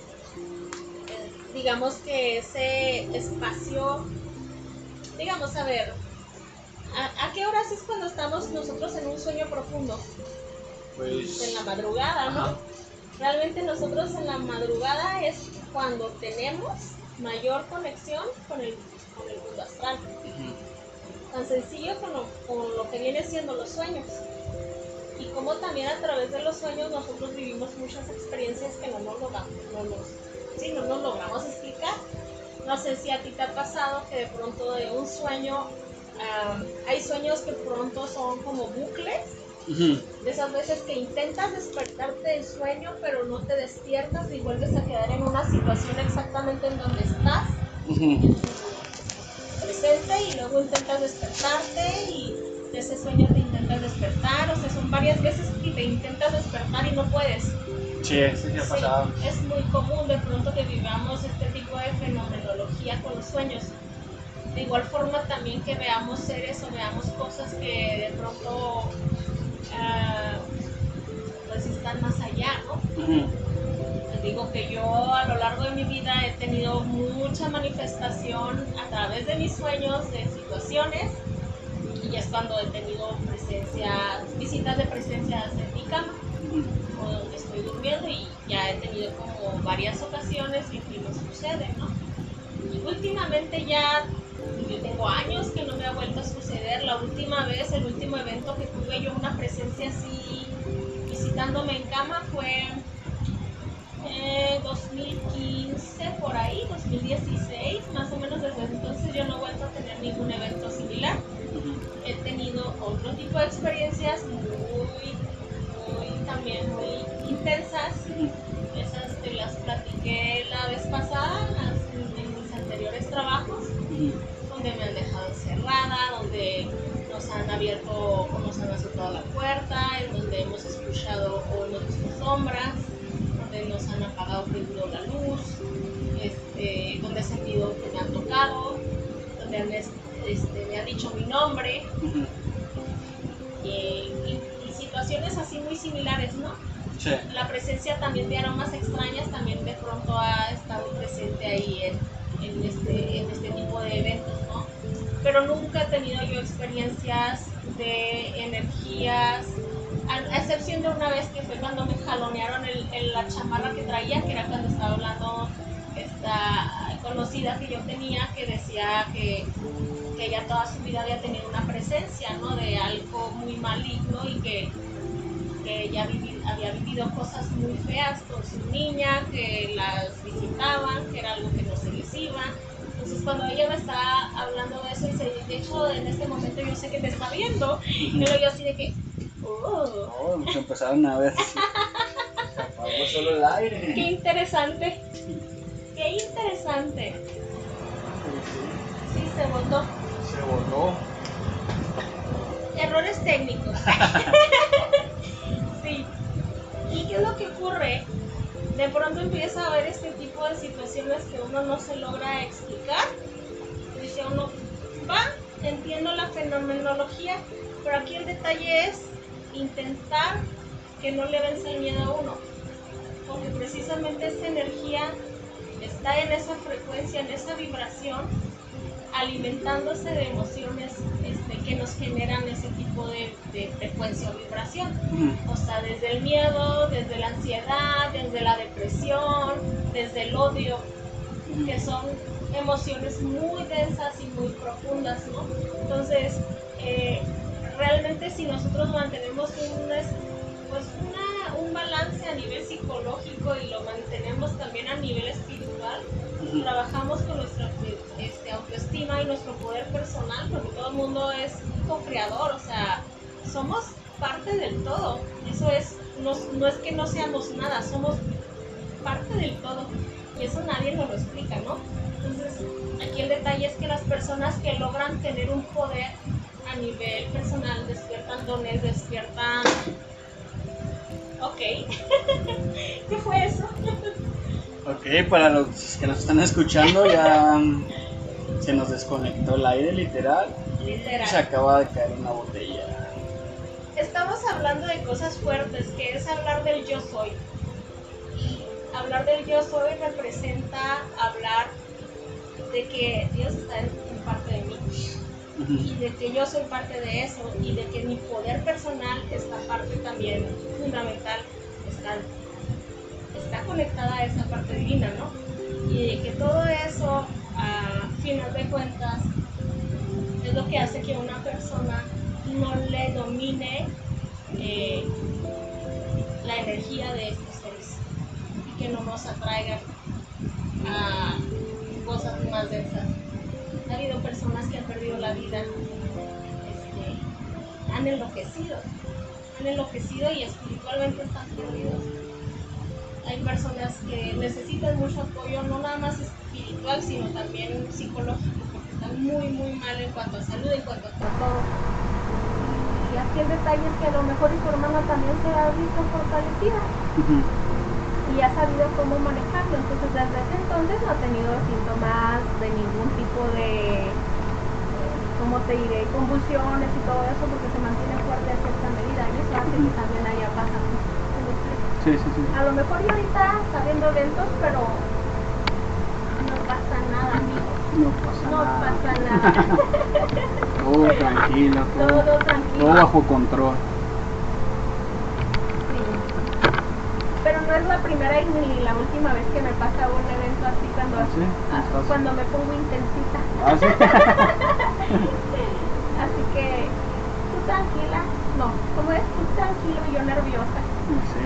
eh, digamos que ese espacio, digamos, a ver, ¿a, a qué horas es cuando estamos nosotros en un sueño profundo? Pues En la madrugada, ¿no? ajá. Realmente nosotros en la madrugada es cuando tenemos mayor conexión con el, con el mundo astral. Ujú. Tan sencillo con lo, con lo que viene siendo los sueños. Y como también a través de los sueños nosotros vivimos muchas experiencias que no nos logramos, no nos, sí, no nos logramos explicar. No sé si a ti te ha pasado que de pronto de un sueño, um, hay sueños que pronto son como bucles, Ujú. de esas veces que intentas despertarte del sueño pero no te despiertas y vuelves a quedar en una situación exactamente en donde estás, Ujú. presente, y luego intentas despertarte y de ese sueño te intentas despertar, o sea, son varias veces que te intentas despertar y no puedes. Sí, sí, sí ha pasado. Sí, es muy común de pronto que vivamos este tipo de fenomenología con los sueños. De igual forma también que veamos seres o veamos cosas que de pronto uh, pues están más allá, ¿no? Ujú. Les digo que yo a lo largo de mi vida he tenido mucha manifestación a través de mis sueños de situaciones, y es cuando he tenido presencia, visitas de presencias en mi cama o donde estoy durmiendo, y ya he tenido como varias ocasiones y que no sucede, ¿no? Y últimamente ya, yo tengo años que no me ha vuelto a suceder. La última vez, el último evento que tuve yo una presencia así visitándome en cama fue eh, dos mil quince, por ahí, dos mil dieciséis, más o menos. Desde entonces yo no he vuelto a tener ningún evento similar. Ujú. He tenido otro tipo de experiencias muy, muy, también muy intensas. Esas te las platiqué la vez pasada, las, en mis anteriores trabajos, Ujú. donde me han dejado encerrada, donde nos han abierto o nos han azotado la puerta, en donde hemos escuchado o hemos visto sombras, donde nos han apagado prendido la luz, este, donde he sentido que me han tocado, donde han, este, me han dicho mi nombre, Ujú. y, y, y situaciones así muy similares, ¿no? Sí. La presencia también de aromas extrañas también de pronto ha estado presente ahí en, en, este, en este tipo de eventos, ¿no? Pero nunca he tenido yo experiencias de energías, a, a excepción de una vez que fue cuando me jalonearon el, el, la chamarra que traía, que era cuando estaba hablando esta conocida que yo tenía, que decía que, que ella toda su vida había tenido una presencia, ¿no? De algo muy maligno, y que, que ella vivió había vivido cosas muy feas con su niña, que las visitaban, que era algo que no se les iba. Entonces cuando ella me estaba hablando de eso, dice, de hecho en este momento yo sé que te está viendo, y luego yo así de que, oh. Oh, pues empezaron a ver si se apagó solo el aire. Qué interesante, qué interesante. Sí, se botó. Se voló. Errores técnicos. Sí. ¿Y qué es lo que ocurre? De pronto empieza a haber este tipo de situaciones que uno no se logra explicar. Dice uno, va, entiendo la fenomenología, pero aquí el detalle es intentar que no le vence el miedo a uno. Porque precisamente esta energía está en esa frecuencia, en esa vibración, alimentándose de emociones este, que nos generan ese tipo de, de frecuencia o vibración. Ujú. O sea, desde el miedo, desde la ansiedad, desde la depresión, desde el odio, que son emociones muy densas y muy profundas, ¿no? Entonces, eh, realmente si nosotros mantenemos un, pues una, un balance a nivel psicológico y lo mantenemos también a nivel espiritual, Ujú. trabajamos con nuestra este, autoestima y nuestro poder personal, porque todo el mundo es co-creador, o sea, somos parte del todo. Eso es, no, no es que no seamos nada, somos parte del todo. Y eso nadie nos lo explica, ¿no? Entonces, aquí el detalle es que las personas que logran tener un poder a nivel personal, despiertan dones, despiertan... Ok. ¿Qué fue eso? Ok, para los que nos están escuchando, ya mm, se nos desconectó el aire, literal. Literal. Se acaba de caer una botella. Estamos hablando de cosas fuertes, que es hablar del yo soy. Y hablar del yo soy representa hablar de que Dios está en, en parte de mí. Ujú. Y de que yo soy parte de eso. Y de que mi poder personal, esta parte también fundamental, está, está conectada a esa parte divina, ¿no? Y de que todo eso, a final de cuentas, es lo que hace que una persona no le domine eh, la energía de estos seres y que no nos atraigan a cosas más densas. Ha habido personas que han perdido la vida, este, han enloquecido, han enloquecido y espiritualmente están perdidos. Hay personas que necesitan mucho apoyo, no nada más espiritual, sino también psicológico, porque están muy, muy mal en cuanto a salud, en cuanto a todo. Y aquí el detalle es que a lo mejor y su hermana también se ha visto fortalecida Ujú. y ha sabido cómo manejarlo. Entonces, desde ese entonces no ha tenido síntomas de ningún tipo de, ¿cómo te diré?, convulsiones y todo eso, porque se mantiene fuerte a cierta medida y eso hace que también haya pasado. Sí, sí, sí. A lo mejor y ahorita está viendo lentos, pero no pasa nada, amigos. No pasa No nada. pasa nada. Todo tranquilo, todo, Todo tranquilo. todo bajo control. Sí. Pero no es la primera y ni la última vez que me pasa un evento así cuando, ¿Ah, sí? ah, ¿Estás- cuando me pongo intensita. Ah, sí. Así que tú tranquila. No, como es tú tranquilo y yo nerviosa. Sí.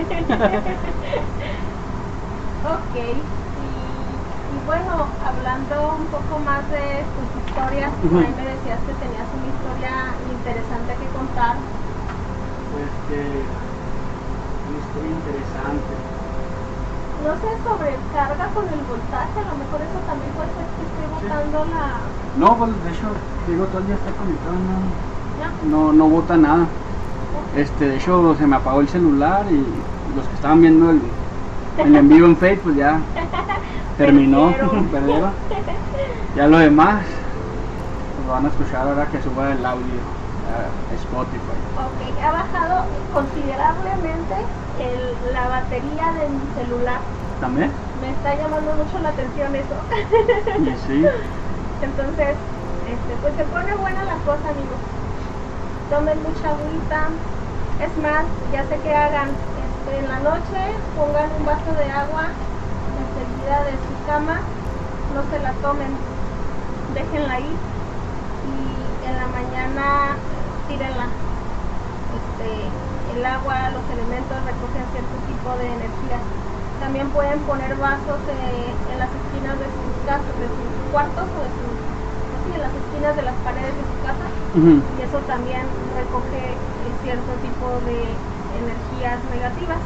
Ok. Y, y bueno, hablando un poco más de tus historias, Ujú. ahí me decías que tenías una historia interesante que contar. Pues que una historia interesante. No se sobrecarga con el voltaje, a lo mejor eso también puede ser que esté botando la... No, pues de hecho, digo, todo el día está conectado, no, ¿no? no, no bota nada. Este, de hecho, se me apagó el celular y los que estaban viendo el, el en vivo en Facebook, pues ya terminó, Perdieron. perdieron. Ya lo demás, pues lo van a escuchar ahora que suba el audio a Spotify. Ok, ha bajado considerablemente el, la batería de mi celular. ¿También? Me está llamando mucho la atención eso. Y sí. Entonces, este, pues se pone buena la cosa, amigos. Tomen mucha agüita. Es más, ya sé que hagan este, en la noche, pongan un vaso de agua enseguida de su cama, no se la tomen, déjenla ahí y en la mañana tírenla. Este, el agua, los elementos recogen cierto tipo de energía. También pueden poner vasos eh, en las esquinas de sus casas, de sus cuartos o de sus, sí, en las esquinas de las paredes de su casa. Ujú. Y eso también recoge eh, cierto tipo de energías negativas.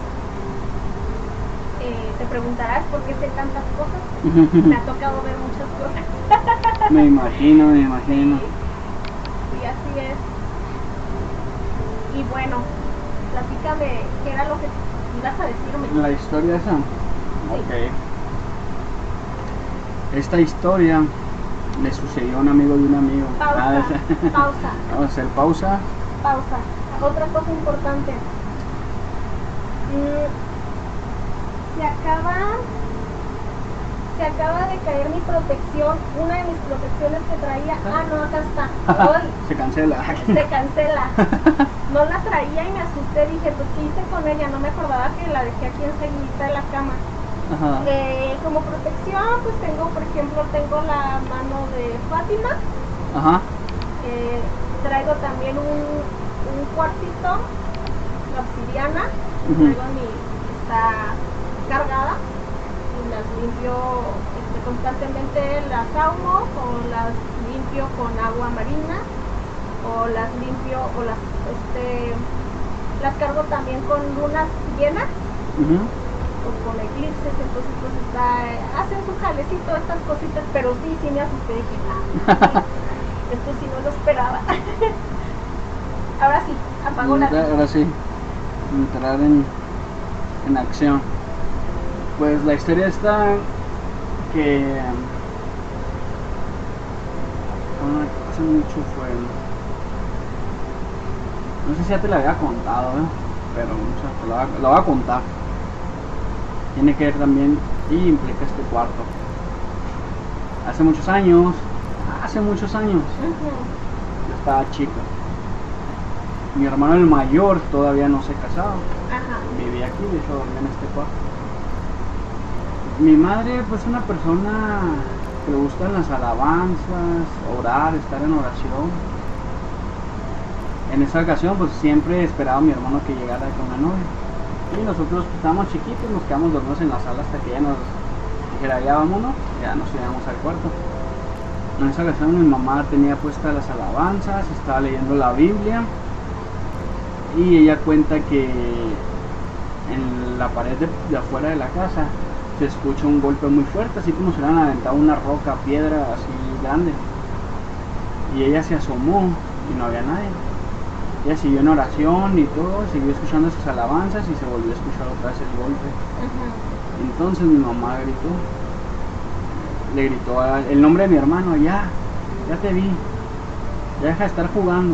Eh, te preguntarás por qué sé tantas cosas. Me ha tocado ver muchas cosas. Me imagino, me imagino. Sí, así es. Y bueno, platícame, ¿qué era lo que ibas a decirme? La historia esa. Ok. Esta historia le sucedió a un amigo de un amigo. Pausa, Ah, pausa, Vamos a hacer pausa. pausa. Otra cosa importante. Mm, se acaba, se acaba de caer mi protección, una de mis protecciones que traía. Ah, no, acá está. Ay, Se cancela. se cancela. No la traía y me asusté, dije, pues ¿qué hice con ella? No me acordaba que la dejé aquí enseguida de la cama. Ajá. Eh, como protección, pues tengo, por ejemplo, tengo la mano de Fátima. Ajá. Eh, traigo también un, un cuartito, la obsidiana. Ujú. Traigo mi, está cargada y las limpio este, constantemente, las ahumo o las limpio con agua marina o las limpio o las este las cargo también con lunas llenas Ujú. o con eclipses, entonces pues está, hacen su jalecito estas cositas, pero sí, sí me asusté, dije, ah, esto sí no lo esperaba. Ahora sí, apagó la luz. Ahora sí, entrar en, en acción. Pues la historia está que ah, hace mucho fue, no sé si ya te la había contado, ¿eh? Pero o sea, te la, voy a- la voy a contar. Tiene que ver también y implica este cuarto. Hace muchos años, hace muchos años, Ujú. yo estaba chico. Mi hermano el mayor todavía no se casaba. Ajá. Vivía aquí, de hecho dormía en este cuarto. Mi madre, pues, una persona que le gustan las alabanzas, orar, estar en oración. En esa ocasión, pues, siempre esperaba a mi hermano que llegara con la novia. Y nosotros, pues, estábamos chiquitos, nos quedamos dormidos en la sala hasta que ella nos dijera, ya vámonos, ya nos íbamos al cuarto. En esa ocasión mi mamá tenía puestas las alabanzas, estaba leyendo la Biblia. Y ella cuenta que en la pared de, de afuera de la casa se escucha un golpe muy fuerte, así como si hubieran aventado una roca, piedra así grande. Y ella se asomó y no había nadie. Ella siguió en oración y todo, siguió escuchando sus alabanzas y se volvió a escuchar otra vez el golpe. Ujú. Entonces mi mamá gritó, le gritó a- el nombre de mi hermano, ya, ya te vi, ya deja de estar jugando.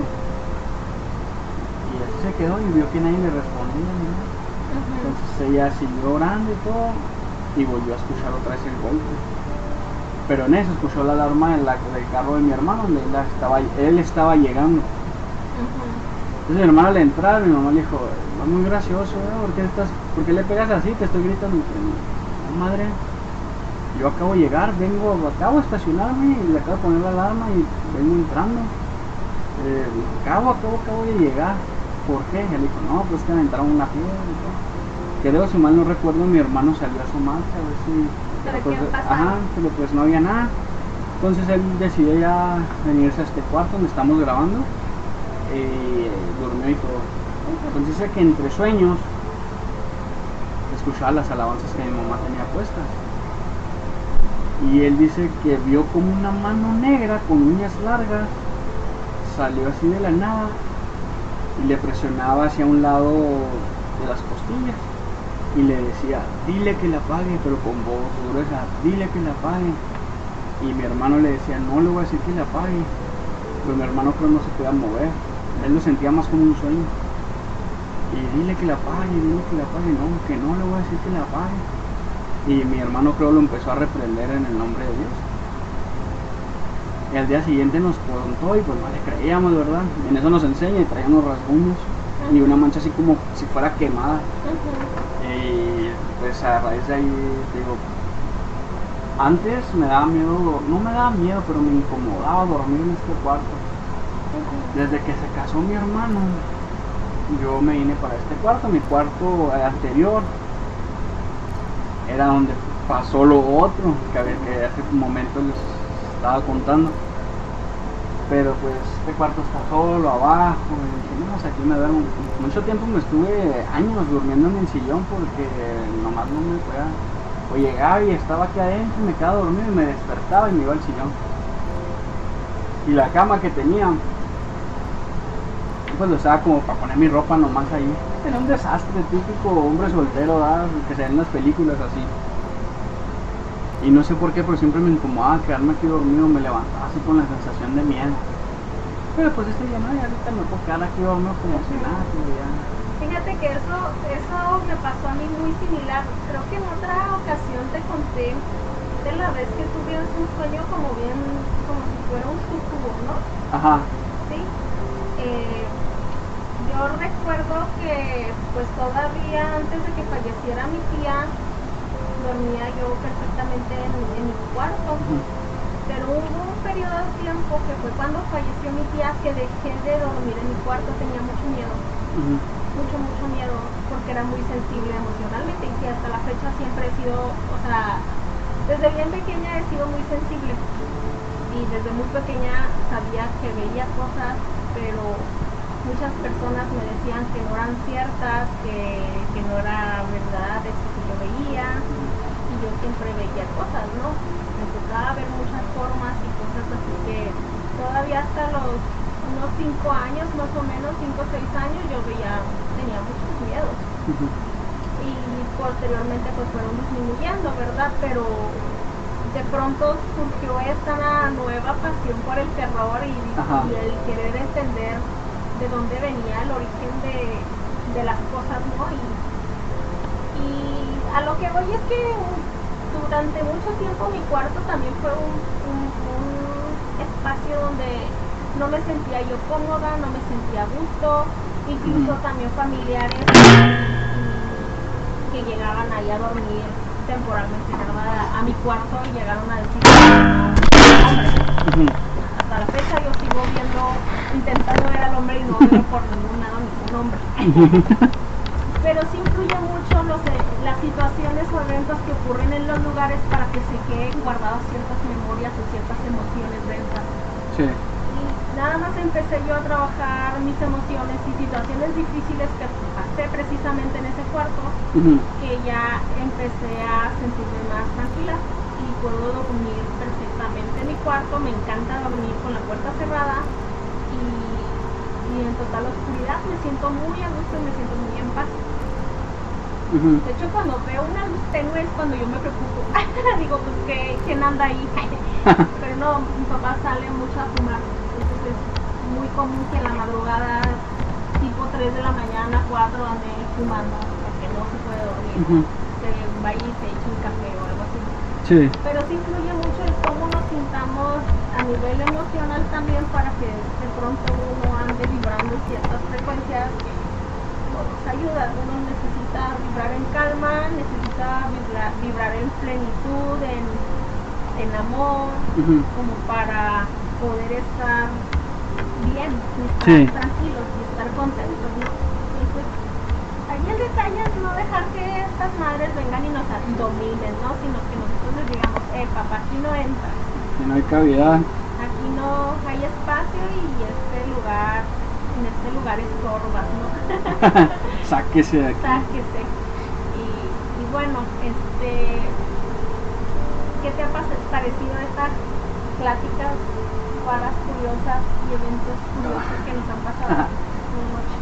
Y así se quedó y vio que nadie le respondía, ¿no? Ujú. Entonces ella siguió orando y todo y volvió a escuchar otra vez el golpe. Pero en eso escuchó la alarma de la- del carro de mi hermano, donde él estaba, él estaba llegando. Ujú. Entonces mi hermano al entrar, mi mamá le dijo, es muy gracioso, ¿eh? ¿Por qué, estás, ¿por qué le pegas así? Te estoy gritando. No, madre, yo acabo de llegar, vengo, acabo de estacionarme y le acabo de poner la alarma y vengo entrando. Eh, acabo, acabo, acabo de llegar. ¿Por qué? Y él dijo, no, pues que aventaron una piedra y todo. Creo, si mal no recuerdo, mi hermano salió a asomarse a ver si... Para pues, qué pasaba. ajá, pero pues no había nada. Entonces él decidió ya venirse a este cuarto donde estamos grabando. Eh, durmió y todo. Entonces dice que entre sueños escuchaba las alabanzas que mi mamá tenía puestas. Y él dice que vio como una mano negra con uñas largas salió así de la nada y le presionaba hacia un lado de las costillas y le decía, dile que la apague, pero con voz gruesa, dile que la apague. Y mi hermano le decía, no le voy a decir que la apague, pero mi hermano creo no se podía mover, él lo sentía más como un sueño. Y dile que la apague, dile que la apague, no, que no le voy a decir que la apague. Y mi hermano creo lo empezó a reprender en el nombre de Dios. Y al día siguiente nos contó y pues no le creíamos, ¿verdad? En eso nos enseña y traía unos rasguños y una mancha así como si fuera quemada. Ujú. Y pues a raíz de ahí, digo, antes me daba miedo, no me daba miedo, pero me incomodaba dormir en este cuarto. Ujú. Desde que se casó mi hermano, yo me vine para este cuarto. Mi cuarto anterior era donde pasó lo otro que, a ver, que hace un momento les estaba contando. Pero pues este cuarto está solo abajo y dije, no, pues aquí me duermo. Mucho tiempo me estuve años durmiendo en el sillón porque nomás no me podía, o llegaba y estaba aquí adentro y me quedaba dormido y me despertaba y me iba al sillón. Y la cama que tenía, pues lo usaba como para poner mi ropa nomás ahí. Era un desastre, típico hombre soltero, ¿verdad? Que se ven en las películas así. Y no sé por qué, pero siempre me incomodaba quedarme aquí dormido, me levantaba así con la sensación de miedo. Pero pues este día no, y ahorita me puedo quedar aquí dormido como si nada, como ya. Fíjate que eso, eso me pasó a mí muy similar. Creo que en otra ocasión te conté de la vez que tuvieras un sueño como bien, como si fuera un sucubo, ¿no? Ajá. Sí. Eh, yo recuerdo que pues todavía antes de que falleciera mi tía, dormía yo perfectamente en, en mi cuarto. Uh-huh. Pero hubo un periodo de tiempo que fue cuando falleció mi tía que dejé de dormir en mi cuarto, tenía mucho miedo. Uh-huh. Mucho, mucho miedo, porque era muy sensible emocionalmente y que hasta la fecha siempre he sido, o sea, desde bien pequeña he sido muy sensible y desde muy pequeña sabía que veía cosas, pero muchas personas me decían que no eran ciertas, que, que no era verdad eso que yo veía, y yo siempre veía cosas, ¿no? Me tocaba ver muchas formas y cosas así que todavía hasta los unos cinco años, más o menos, cinco o seis años, yo veía, tenía muchos miedos. Uh-huh. Y posteriormente pues fueron disminuyendo, ¿verdad? Pero de pronto surgió esta nueva pasión por el terror y, y el querer entender de dónde venía el origen de, de las cosas, ¿no? Y, y a lo que voy es que durante mucho tiempo mi cuarto también fue un, un, un espacio donde no me sentía yo cómoda, no me sentía a gusto, incluso uh-huh. también familiares que llegaban ahí a dormir temporalmente, ¿verdad? A mi cuarto y llegaron a decir hombre. Uh-huh. Hasta la fecha yo sigo viendo, intentando ver al hombre y no veo por ningún lado ningún hombre. Pero sí influye mucho los, las situaciones o eventos que ocurren en los lugares para que se queden guardadas ciertas memorias o ciertas emociones densas. Sí. Y nada más empecé yo a trabajar mis emociones y situaciones difíciles que pasé precisamente en ese cuarto, uh-huh. que ya empecé a sentirme más tranquila y puedo dormir perfectamente en mi cuarto. Me encanta dormir con la puerta cerrada y, y en total oscuridad. Me siento muy a gusto y me siento muy en paz. Uh-huh. De hecho, cuando veo una luz tenue es cuando yo me preocupo. Digo, pues, ¿qué, ¿quién anda ahí? Pero no, mi papá sale mucho a fumar. Entonces es muy común que en la madrugada, tipo tres de la mañana, cuatro, ande fumando, porque no se puede dormir. Uh-huh. Se va y se echa un café o algo así. Sí. Pero sí influye mucho el cómo nos sintamos a nivel emocional también, para que de pronto uno ande vibrando ciertas frecuencias que nos ayuda. Uno necesita vibrar en calma, necesita vibrar, vibrar en plenitud, en, en amor, uh-huh. como para poder estar bien, estar sí. tranquilos y estar contentos, ¿no? Y pues ahí el detalle es no dejar que estas madres vengan y nos dominen, ¿no? Sino que nosotros les digamos, eh, papá, aquí no entra. Aquí no hay cavidad. Aquí no hay espacio y este lugar, en este lugar estorbas, ¿no? Sáquese de aquí. Sáquese. Y, y bueno, este, ¿qué te ha parecido estas pláticas raras, curiosas y eventos curiosos que nos han pasado en la noche?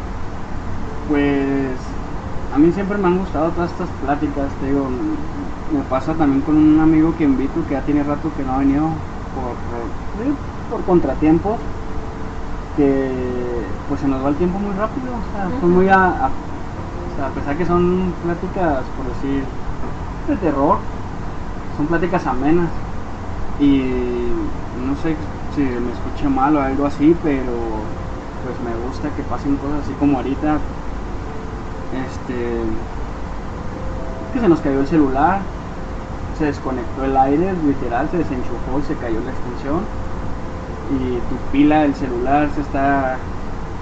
Pues a mí siempre me han gustado todas estas pláticas, te digo, me pasa también con un amigo que invito que ya tiene rato que no ha venido por, por, por contratiempos, que pues se nos va el tiempo muy rápido, o sea, uh-huh. son muy a, a, o sea, a pesar que son pláticas, por decir, de terror, son pláticas amenas y no sé si me escuché mal o algo así, pero pues me gusta que pasen cosas así como ahorita, este, que se nos cayó el celular, se desconectó el aire, literal, se desenchufó y se cayó la extensión y tu pila del celular se está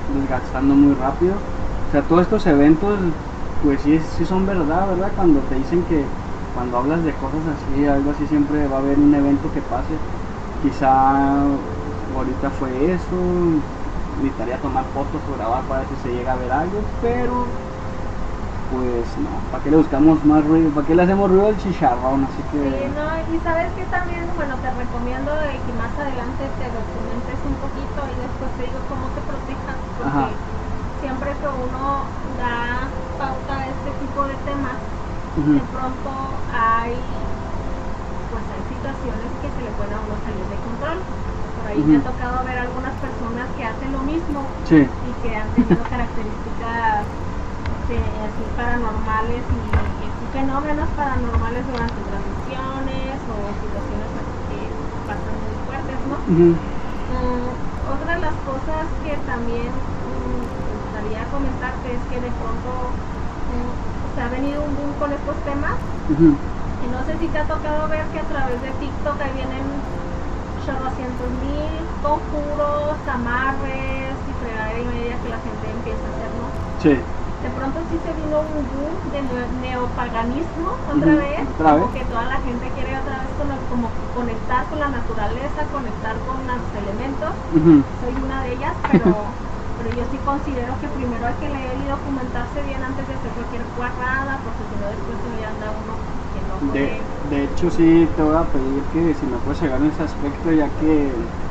desgastando muy rápido. O sea, todos estos eventos, pues sí, sí son verdad, ¿verdad? Cuando te dicen que cuando hablas de cosas así, algo así, siempre va a haber un evento que pase. Quizá ahorita fue eso, necesitaría tomar fotos o grabar para ver si se llega a ver algo, pero pues no, ¿para qué le buscamos más ruido? ¿Para qué le hacemos ruido al chicharrón? Así que... Sí, no, y sabes que también, bueno, te recomiendo de que más adelante te documentes un poquito y después te digo cómo te protejas, porque Ajá. siempre que uno da pauta a este tipo de temas, Ujú. de pronto hay, pues hay situaciones que se le pueden a uno salir de control. Por ahí Ujú. me ha tocado ver algunas personas que hacen lo mismo Sí. y que han tenido características este, así paranormales y, y fenómenos paranormales durante transmisiones o situaciones así que pasan muy fuertes, ¿no? Ujú. Mm, otra de las cosas que también mm, me gustaría comentarte es que de pronto mm, se ha venido un boom con estos temas Ujú. y no sé si te ha tocado ver que a través de TikTok ahí vienen chorrocientos mil conjuros, amarres y fregadera y media que la gente empieza a hacer, ¿no? Sí. De pronto sí se vino un boom de nue- neopaganismo otra Ujú, vez, otra como vez. que toda la gente quiere otra vez con- como conectar con la naturaleza, conectar con los elementos. Ujú. Soy una de ellas, pero, pero yo sí considero que primero hay que leer y documentarse bien antes de hacer cualquier guarrada, porque si no después se le anda uno que no De, puede. de hecho sí te voy a pedir que si me puedes llegar en ese aspecto, ya que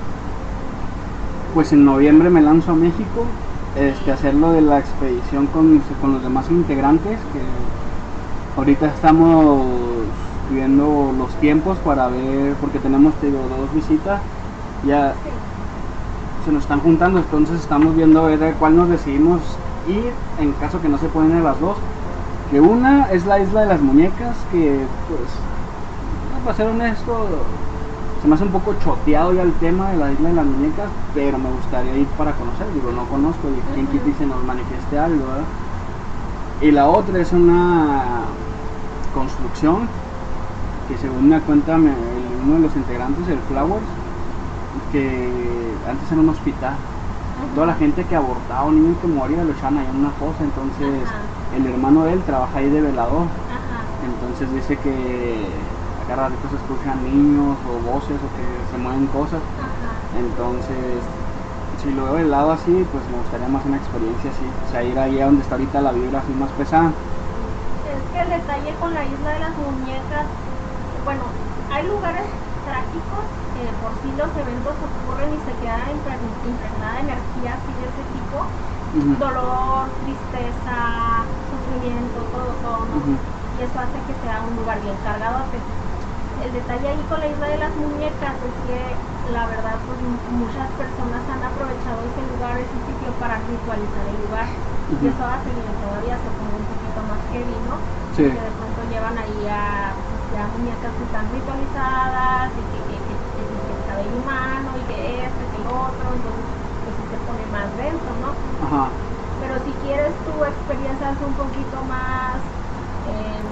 pues en noviembre me lanzo a México, este, hacerlo de la expedición con, mis- con los demás integrantes, que ahorita estamos viendo los tiempos para ver, porque tenemos te digo, dos visitas, ya Sí. se nos están juntando, entonces estamos viendo a ver de cuál nos decidimos ir en caso que no se pueden ir las dos. Que una es la isla de las muñecas, que pues, no, para ser honesto, se me hace un poco choteado ya el tema de la isla de las muñecas, pero me gustaría ir para conocer, digo, no conozco y quien quita y se nos manifieste algo, ¿verdad? Y la otra es una construcción que según me cuenta me- el- uno de los integrantes, el Flowers, que antes era un hospital. Toda la gente que abortaba, un niño que moría, lo echaban ahí en una fosa, entonces Ajá. el hermano de él trabaja ahí de velador, Ajá. entonces dice que a cada ratito se escuchan niños o voces o que se mueven cosas, Ajá. entonces si lo veo del lado así, pues me gustaría más una experiencia así, o sea, ir ahí a donde está ahorita la vibra así más pesada. Es que el detalle con la isla de las muñecas, bueno, hay lugares trágicos que de por sí los eventos ocurren y se queda impre- impregnada energía así de ese tipo, Ujú, dolor, tristeza, sufrimiento, todo, todo, ¿no? ujú, Y eso hace que sea un lugar bien cargado. El detalle ahí con la isla de las muñecas es que la verdad pues m- muchas personas han aprovechado ese lugar, ese sitio para ritualizar el lugar y ujú. eso hace que todavía se ponga un poquito más heavy, ¿no? Sí. Que de pronto llevan ahí a, pues, ya muñecas que están ritualizadas y que, que, que, que, que el cabello humano y que este, que el otro, entonces pues sí se pone más denso, ¿no? Ajá. Pero si quieres tu experiencias un poquito más em,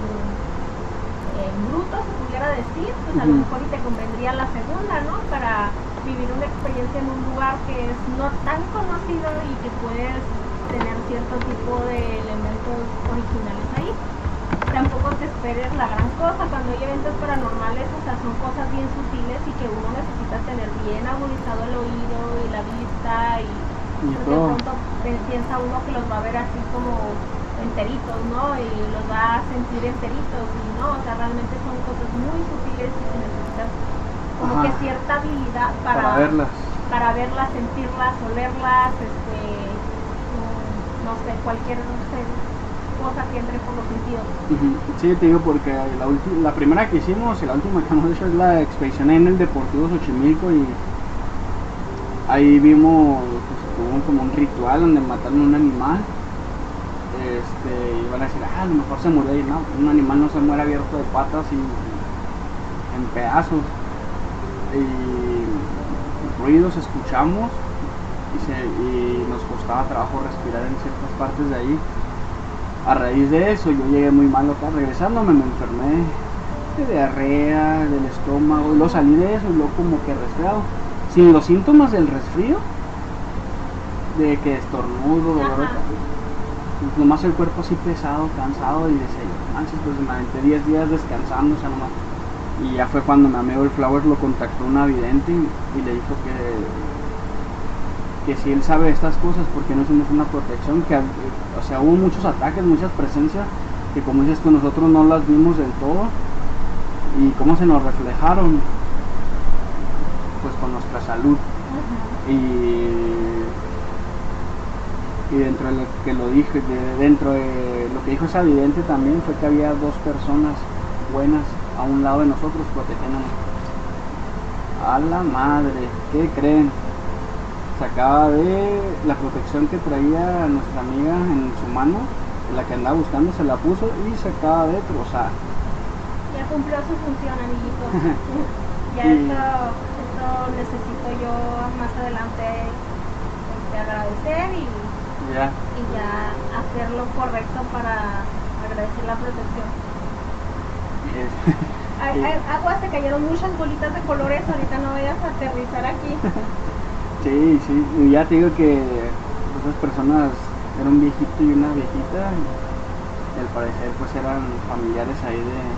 em, bruto, se pudiera decir, pues a lo Ujú. mejor y te convendría la segunda, ¿no? Para vivir una experiencia en un lugar que es no tan conocido y que puedes tener cierto tipo de elementos originales ahí. Tampoco te esperes la gran cosa cuando hay eventos paranormales, o sea, son cosas bien sutiles y que uno necesita tener bien agudizado el oído y la vista y Y pues, de todo. pronto pe- piensa uno que los va a ver así como enteritos, ¿no? Y los va a sentir enteritos y no, o sea, realmente son cosas muy sutiles y que necesitas como Ajá. que cierta habilidad para, Para verlas. para verlas, sentirlas, olerlas, este, mm, no sé, cualquier no sé, cosa que entre por los sentidos. Ujú. Sí, te digo porque la, ulti- la primera que hicimos y la última que hemos hecho es la expedición ahí en el Deportivo Xochimilco y ahí vimos pues, hubo como un ritual donde mataron un animal. Este, y van a decir, ah, a lo mejor se murió y no, un animal no se muere abierto de patas y en pedazos. Y ruidos escuchamos y, se, y nos costaba trabajo respirar en ciertas partes de ahí. A raíz de eso yo llegué muy mal acá, regresándome me enfermé de diarrea, del estómago, y luego salí de eso y luego como que resfriado, sin los síntomas del resfrío, de que estornudo, dolor de Ajá. cabeza. Nomás el cuerpo así pesado, cansado, y decía yo, manches, pues me aventé diez días descansando, o sea, nomás. Y ya fue cuando mi amigo el Flowers lo contactó una vidente y, y le dijo que, que si él sabe estas cosas, porque no hicimos una protección, que, o sea, hubo muchos ataques, muchas presencias, que como dices tú, nosotros no las vimos del todo, y cómo se nos reflejaron, pues con nuestra salud. Ajá. Y, y dentro de lo que lo dije, de, dentro de lo que dijo esa vidente también fue que había dos personas buenas a un lado de nosotros protegiéndonos. A la madre, ¿qué creen? Se acaba de la protección que traía nuestra amiga en su mano, la que andaba buscando, se la puso y se acaba de trozar. Ya cumplió su función, amiguito. Ya Y- esto, esto necesito yo más adelante este, agradecer y, Ya, y ya hacer lo correcto para agradecer la protección. es- Ay, Sí. ay, agua, se cayeron muchas bolitas de colores, ahorita no vayas a aterrizar aquí. sí, sí, y ya te digo que esas personas eran un viejito y una viejita, y al parecer pues eran familiares ahí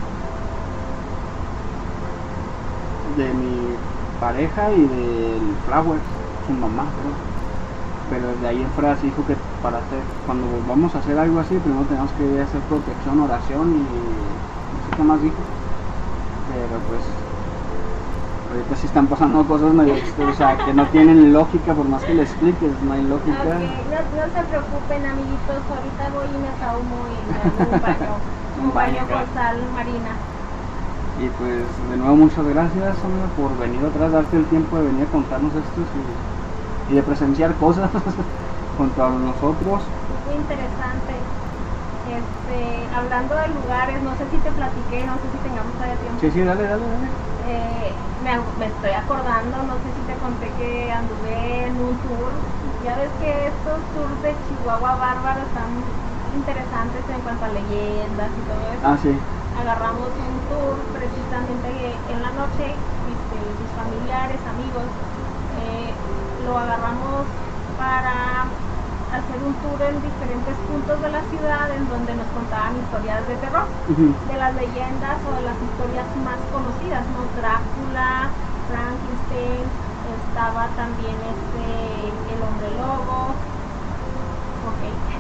de de mi pareja y del Flowers, su mamá, creo. Pero desde ahí en fuera se dijo que para hacer, cuando vamos a hacer algo así, primero tenemos que hacer protección, oración y no sé qué más dijo. Pero pues ahorita sí están pasando cosas medio, o sea, que no tienen lógica, por más que le expliques, no hay lógica. Ok, no, no se preocupen, amiguitos, ahorita voy y me asahumo y me hago un baño, un Un baño baño, con claro. sal marina. Y pues de nuevo muchas gracias, amigo, por venir atrás, darte el tiempo de venir a contarnos esto y, y de presenciar cosas junto a nosotros. Muy interesante. Este, hablando de lugares, no sé si te platiqué, no sé si tengamos todavía tiempo. Sí, sí, dale, dale, dale. Eh, me, me estoy acordando, no sé si te conté que anduve en un tour. Ya ves que estos tours de Chihuahua Bárbaro están interesantes en cuanto a leyendas y todo eso. Ah, sí. Agarramos un tour precisamente en la noche, mis, mis familiares, amigos, eh, lo agarramos para hacer un tour en diferentes puntos de la ciudad en donde nos contaban historias de terror, Ujú. de las leyendas o de las historias más conocidas, ¿no? Drácula, Frankenstein, estaba también este, el hombre lobo. Ok.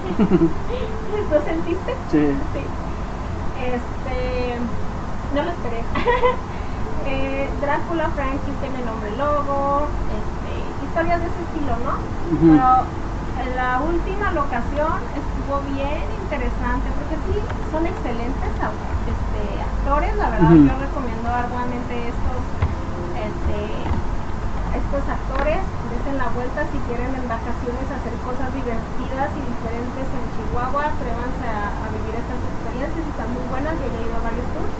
¿Lo sentiste? Sí. Sí. Este, no lo esperé. eh, Drácula, Frankenstein, el hombre lobo, este, historias de ese estilo, ¿no? Ujú. Pero en la última locación estuvo bien interesante porque sí, son excelentes au- este, actores, la verdad. Ujú. Yo recomiendo arduamente estos, este, estos actores. Desen la vuelta si quieren en vacaciones hacer cosas divertidas y diferentes en Chihuahua. Atrévanse a, a vivir estas experiencias, están muy buenas. Yo ya he ido a varios tours.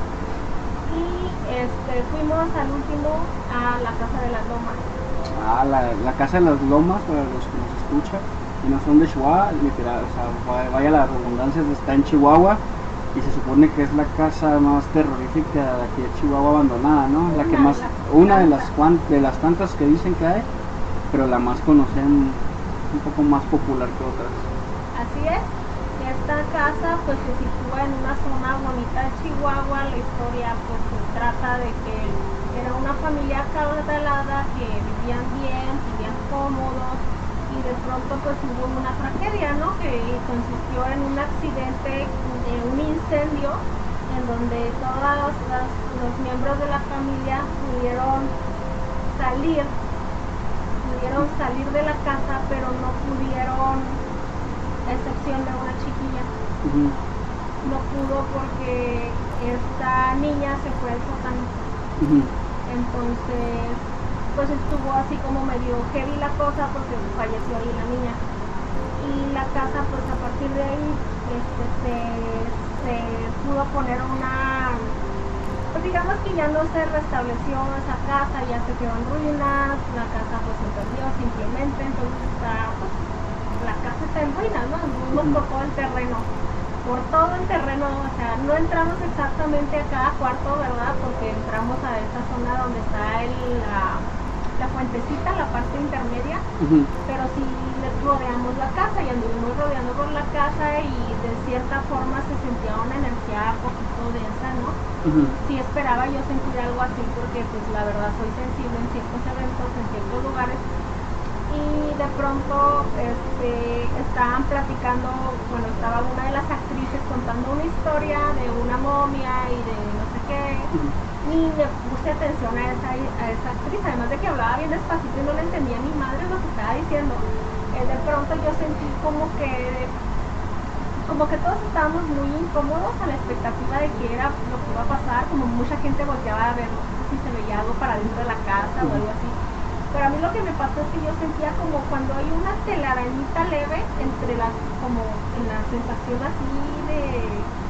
Y este, fuimos al último a la Casa de las Lomas. Ah, la, la Casa de las Lomas, para los que nos escuchan y no son de Chihuahua, literal, o sea, va- vaya la redundancia, está en Chihuahua y se supone que es la casa más terrorífica de aquí de Chihuahua abandonada, ¿no? La que Una más, de las una de las, tantas. cuan- de las tantas que dicen que hay, pero la más conocida, un poco más popular que otras. Así es. Esta casa pues se sitúa en una zona bonita de Chihuahua. La historia pues se trata de que era una familia acaudalada que vivían bien, vivían cómodos y de pronto pues hubo una tragedia, ¿no? Que consistió en un accidente, de un incendio en donde todos las- los miembros de la familia pudieron salir, pudieron salir de la casa, pero no pudieron, a excepción de una chiquilla, Ujú. no pudo porque esta niña se fue al sótano. Ujú. Entonces, pues estuvo así como medio heavy la cosa porque falleció ahí la niña. Y la casa, pues a partir de ahí, este, se, se pudo poner una, pues digamos que ya no se restableció esa casa, ya se quedó en ruinas, la casa pues se perdió simplemente, entonces está, pues, la casa está en ruinas, ¿no? Anduvimos por todo el terreno, por todo el terreno, o sea, no entramos exactamente a cada cuarto, ¿verdad? Porque entramos a esta zona donde está el, la, la fuentecita, la parte intermedia, Ujú. pero sí le rodeamos la casa y anduvimos rodeando por la casa y de cierta forma se sentía una energía poquito densa, ¿no? Ujú. Sí esperaba yo sentir algo así porque pues la verdad soy sensible en ciertos eventos, en ciertos lugares. Y de pronto este, estaban platicando, bueno, estaba una de las actrices contando una historia de una momia y de no sé qué, Ujú. y le puse atención a esa, a esa actriz, además de que hablaba bien despacito y no le entendía ni madre lo que estaba diciendo. Eh, de pronto yo sentí como que, como que todos estábamos muy incómodos a la expectativa de qué era lo que iba a pasar, como mucha gente volteaba a ver si se veía algo para dentro de la casa o algo así. Pero a mí lo que me pasó es que yo sentía como cuando hay una telarañita leve entre las, como en la sensación así de,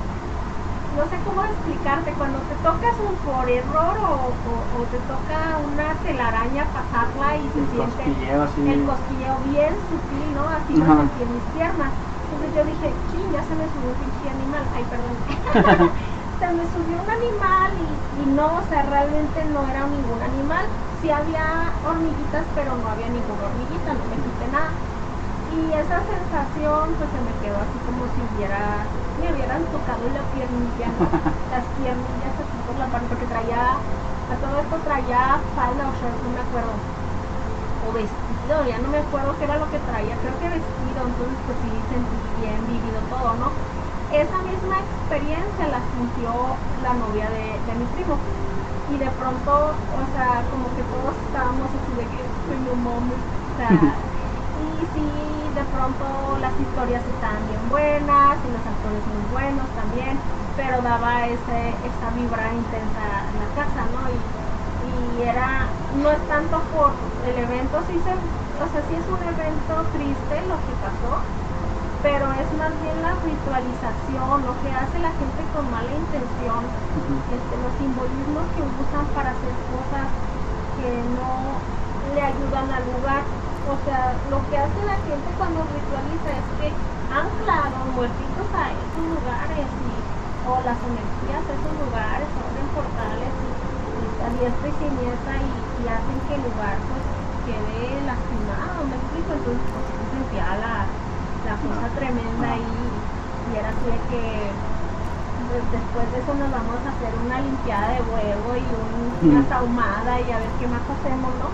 no sé cómo explicarte, cuando te tocas un por error o, o, o te toca una telaraña pasarla y se El siente cosquilleo así. el cosquilleo bien sutil, ¿no? Así lo Ajá. sentí en mis piernas. Entonces yo dije, ching, ya se me subió un pinche animal. Ay, perdón. Se me subió un animal y, y no, o sea, realmente no era ningún animal. Sí había hormiguitas, pero no había ninguna hormiguita, no me quité nada. Y esa sensación pues se me quedó así como si hubiera, me hubieran tocado la piernilla, ¿no? Las piernillas así por la parte, porque traía, a todo esto traía falda o short, no me acuerdo. O vestido, ya no me acuerdo qué era lo que traía, creo que vestido, entonces pues sí sentí bien vivido todo, ¿no? Esa misma experiencia la sintió la novia de, de mi primo. Y de pronto, o sea, como que todos estábamos así de que soy no mames, o sea, y sí, de pronto las historias estaban bien buenas y los actores muy buenos también, pero daba ese, esa vibra intensa en la casa, ¿no? Y, y era, no es tanto por el evento, sí se, o sea, sí es un evento triste lo que pasó, pero es más bien la ritualización, lo que hace la gente con mala intención, Ujú. este, los simbolismos que usan para hacer cosas que no le ayudan al lugar. O sea, lo que hace la gente cuando ritualiza es que ancla a los muertitos a esos lugares y, o las energías a esos lugares, abren portales y, y a diestra y siniestra y, y hacen que el lugar pues quede lastimado, ¿me explico? Entonces pues se sentía la la cosa tremenda ahí y era así de que pues, después de eso nos vamos a hacer una limpiada de huevo y un, una sahumada y a ver qué más hacemos, ¿no?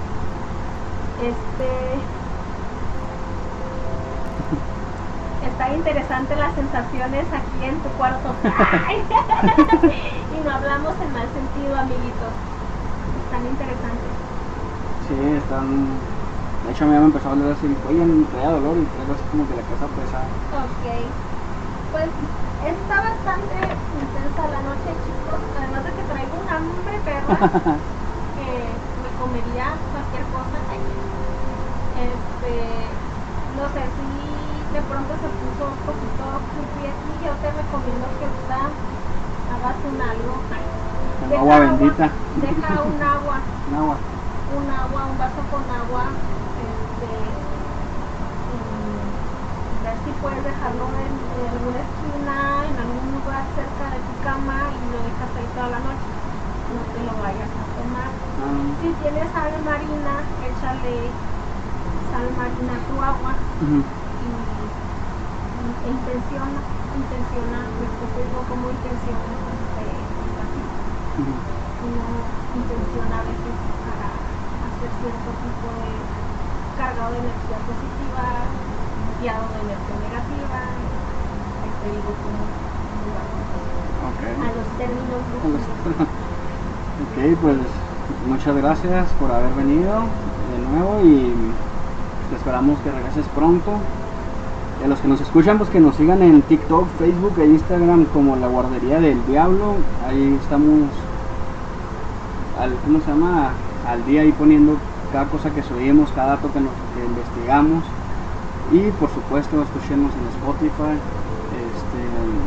Este está interesante las sensaciones aquí en tu cuarto. Ay. Y no hablamos en mal sentido, amiguitos, están interesantes. Sí, están. De hecho, a mí ya me empezó a doler así, oye, me traía dolor y traigo así como que la cabeza pesada. Ok, pues está bastante intensa la noche, chicos, además de que traigo un hambre perra que me comería cualquier cosa. Este, no sé, si de pronto se puso un poquito creepy aquí, yo te recomiendo que ahorita hagas un algo. Con agua bendita. Deja un agua, Un agua. un agua, un vaso con agua. Este, ver si puedes dejarlo en, en alguna esquina, en algún lugar cerca de tu cama y lo dejas ahí toda la noche. No te lo vayas a tomar. Ah, Si tienes sal marina, échale sal marina a tu agua ujú. y, y e intenciona, intenciona, después te digo cómo intenciona este así. Ujú. Uno intenciona a veces para hacer cierto tipo de cargado de energía positiva, guiado de energía negativa, ahí te digo cómo Ok. a los términos A los- lúcidos. Ok, pues muchas gracias por haber venido de nuevo y te esperamos que regreses pronto. Y a los que nos escuchan, pues que nos sigan en TikTok, Facebook e Instagram como La Guardería del Diablo. Ahí estamos, al, ¿cómo se llama? Al día ahí poniendo cada cosa que subimos, cada dato que, nos, que investigamos. Y por supuesto, escuchenos en Spotify. Este,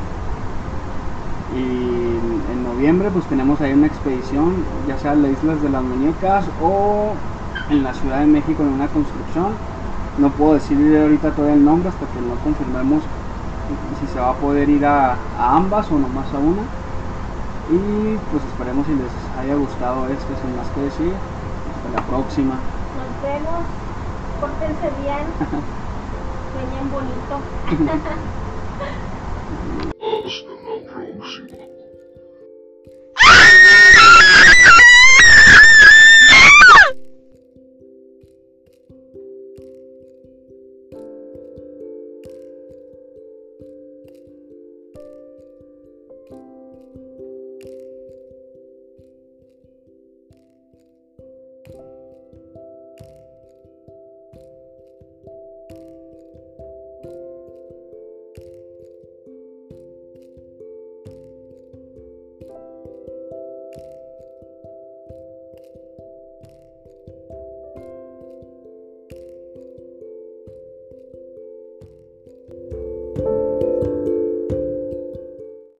y en noviembre pues tenemos ahí una expedición, ya sea en las Islas de las Muñecas o en la Ciudad de México en una construcción. No puedo decir ahorita todavía el nombre hasta que no confirmemos si se va a poder ir a, a ambas o nomás a una. Y pues esperemos si les haya gustado esto, sin más que decir. Hasta la próxima. Nos vemos. Pórtense bien. Sueñen bonito. Hasta la próxima.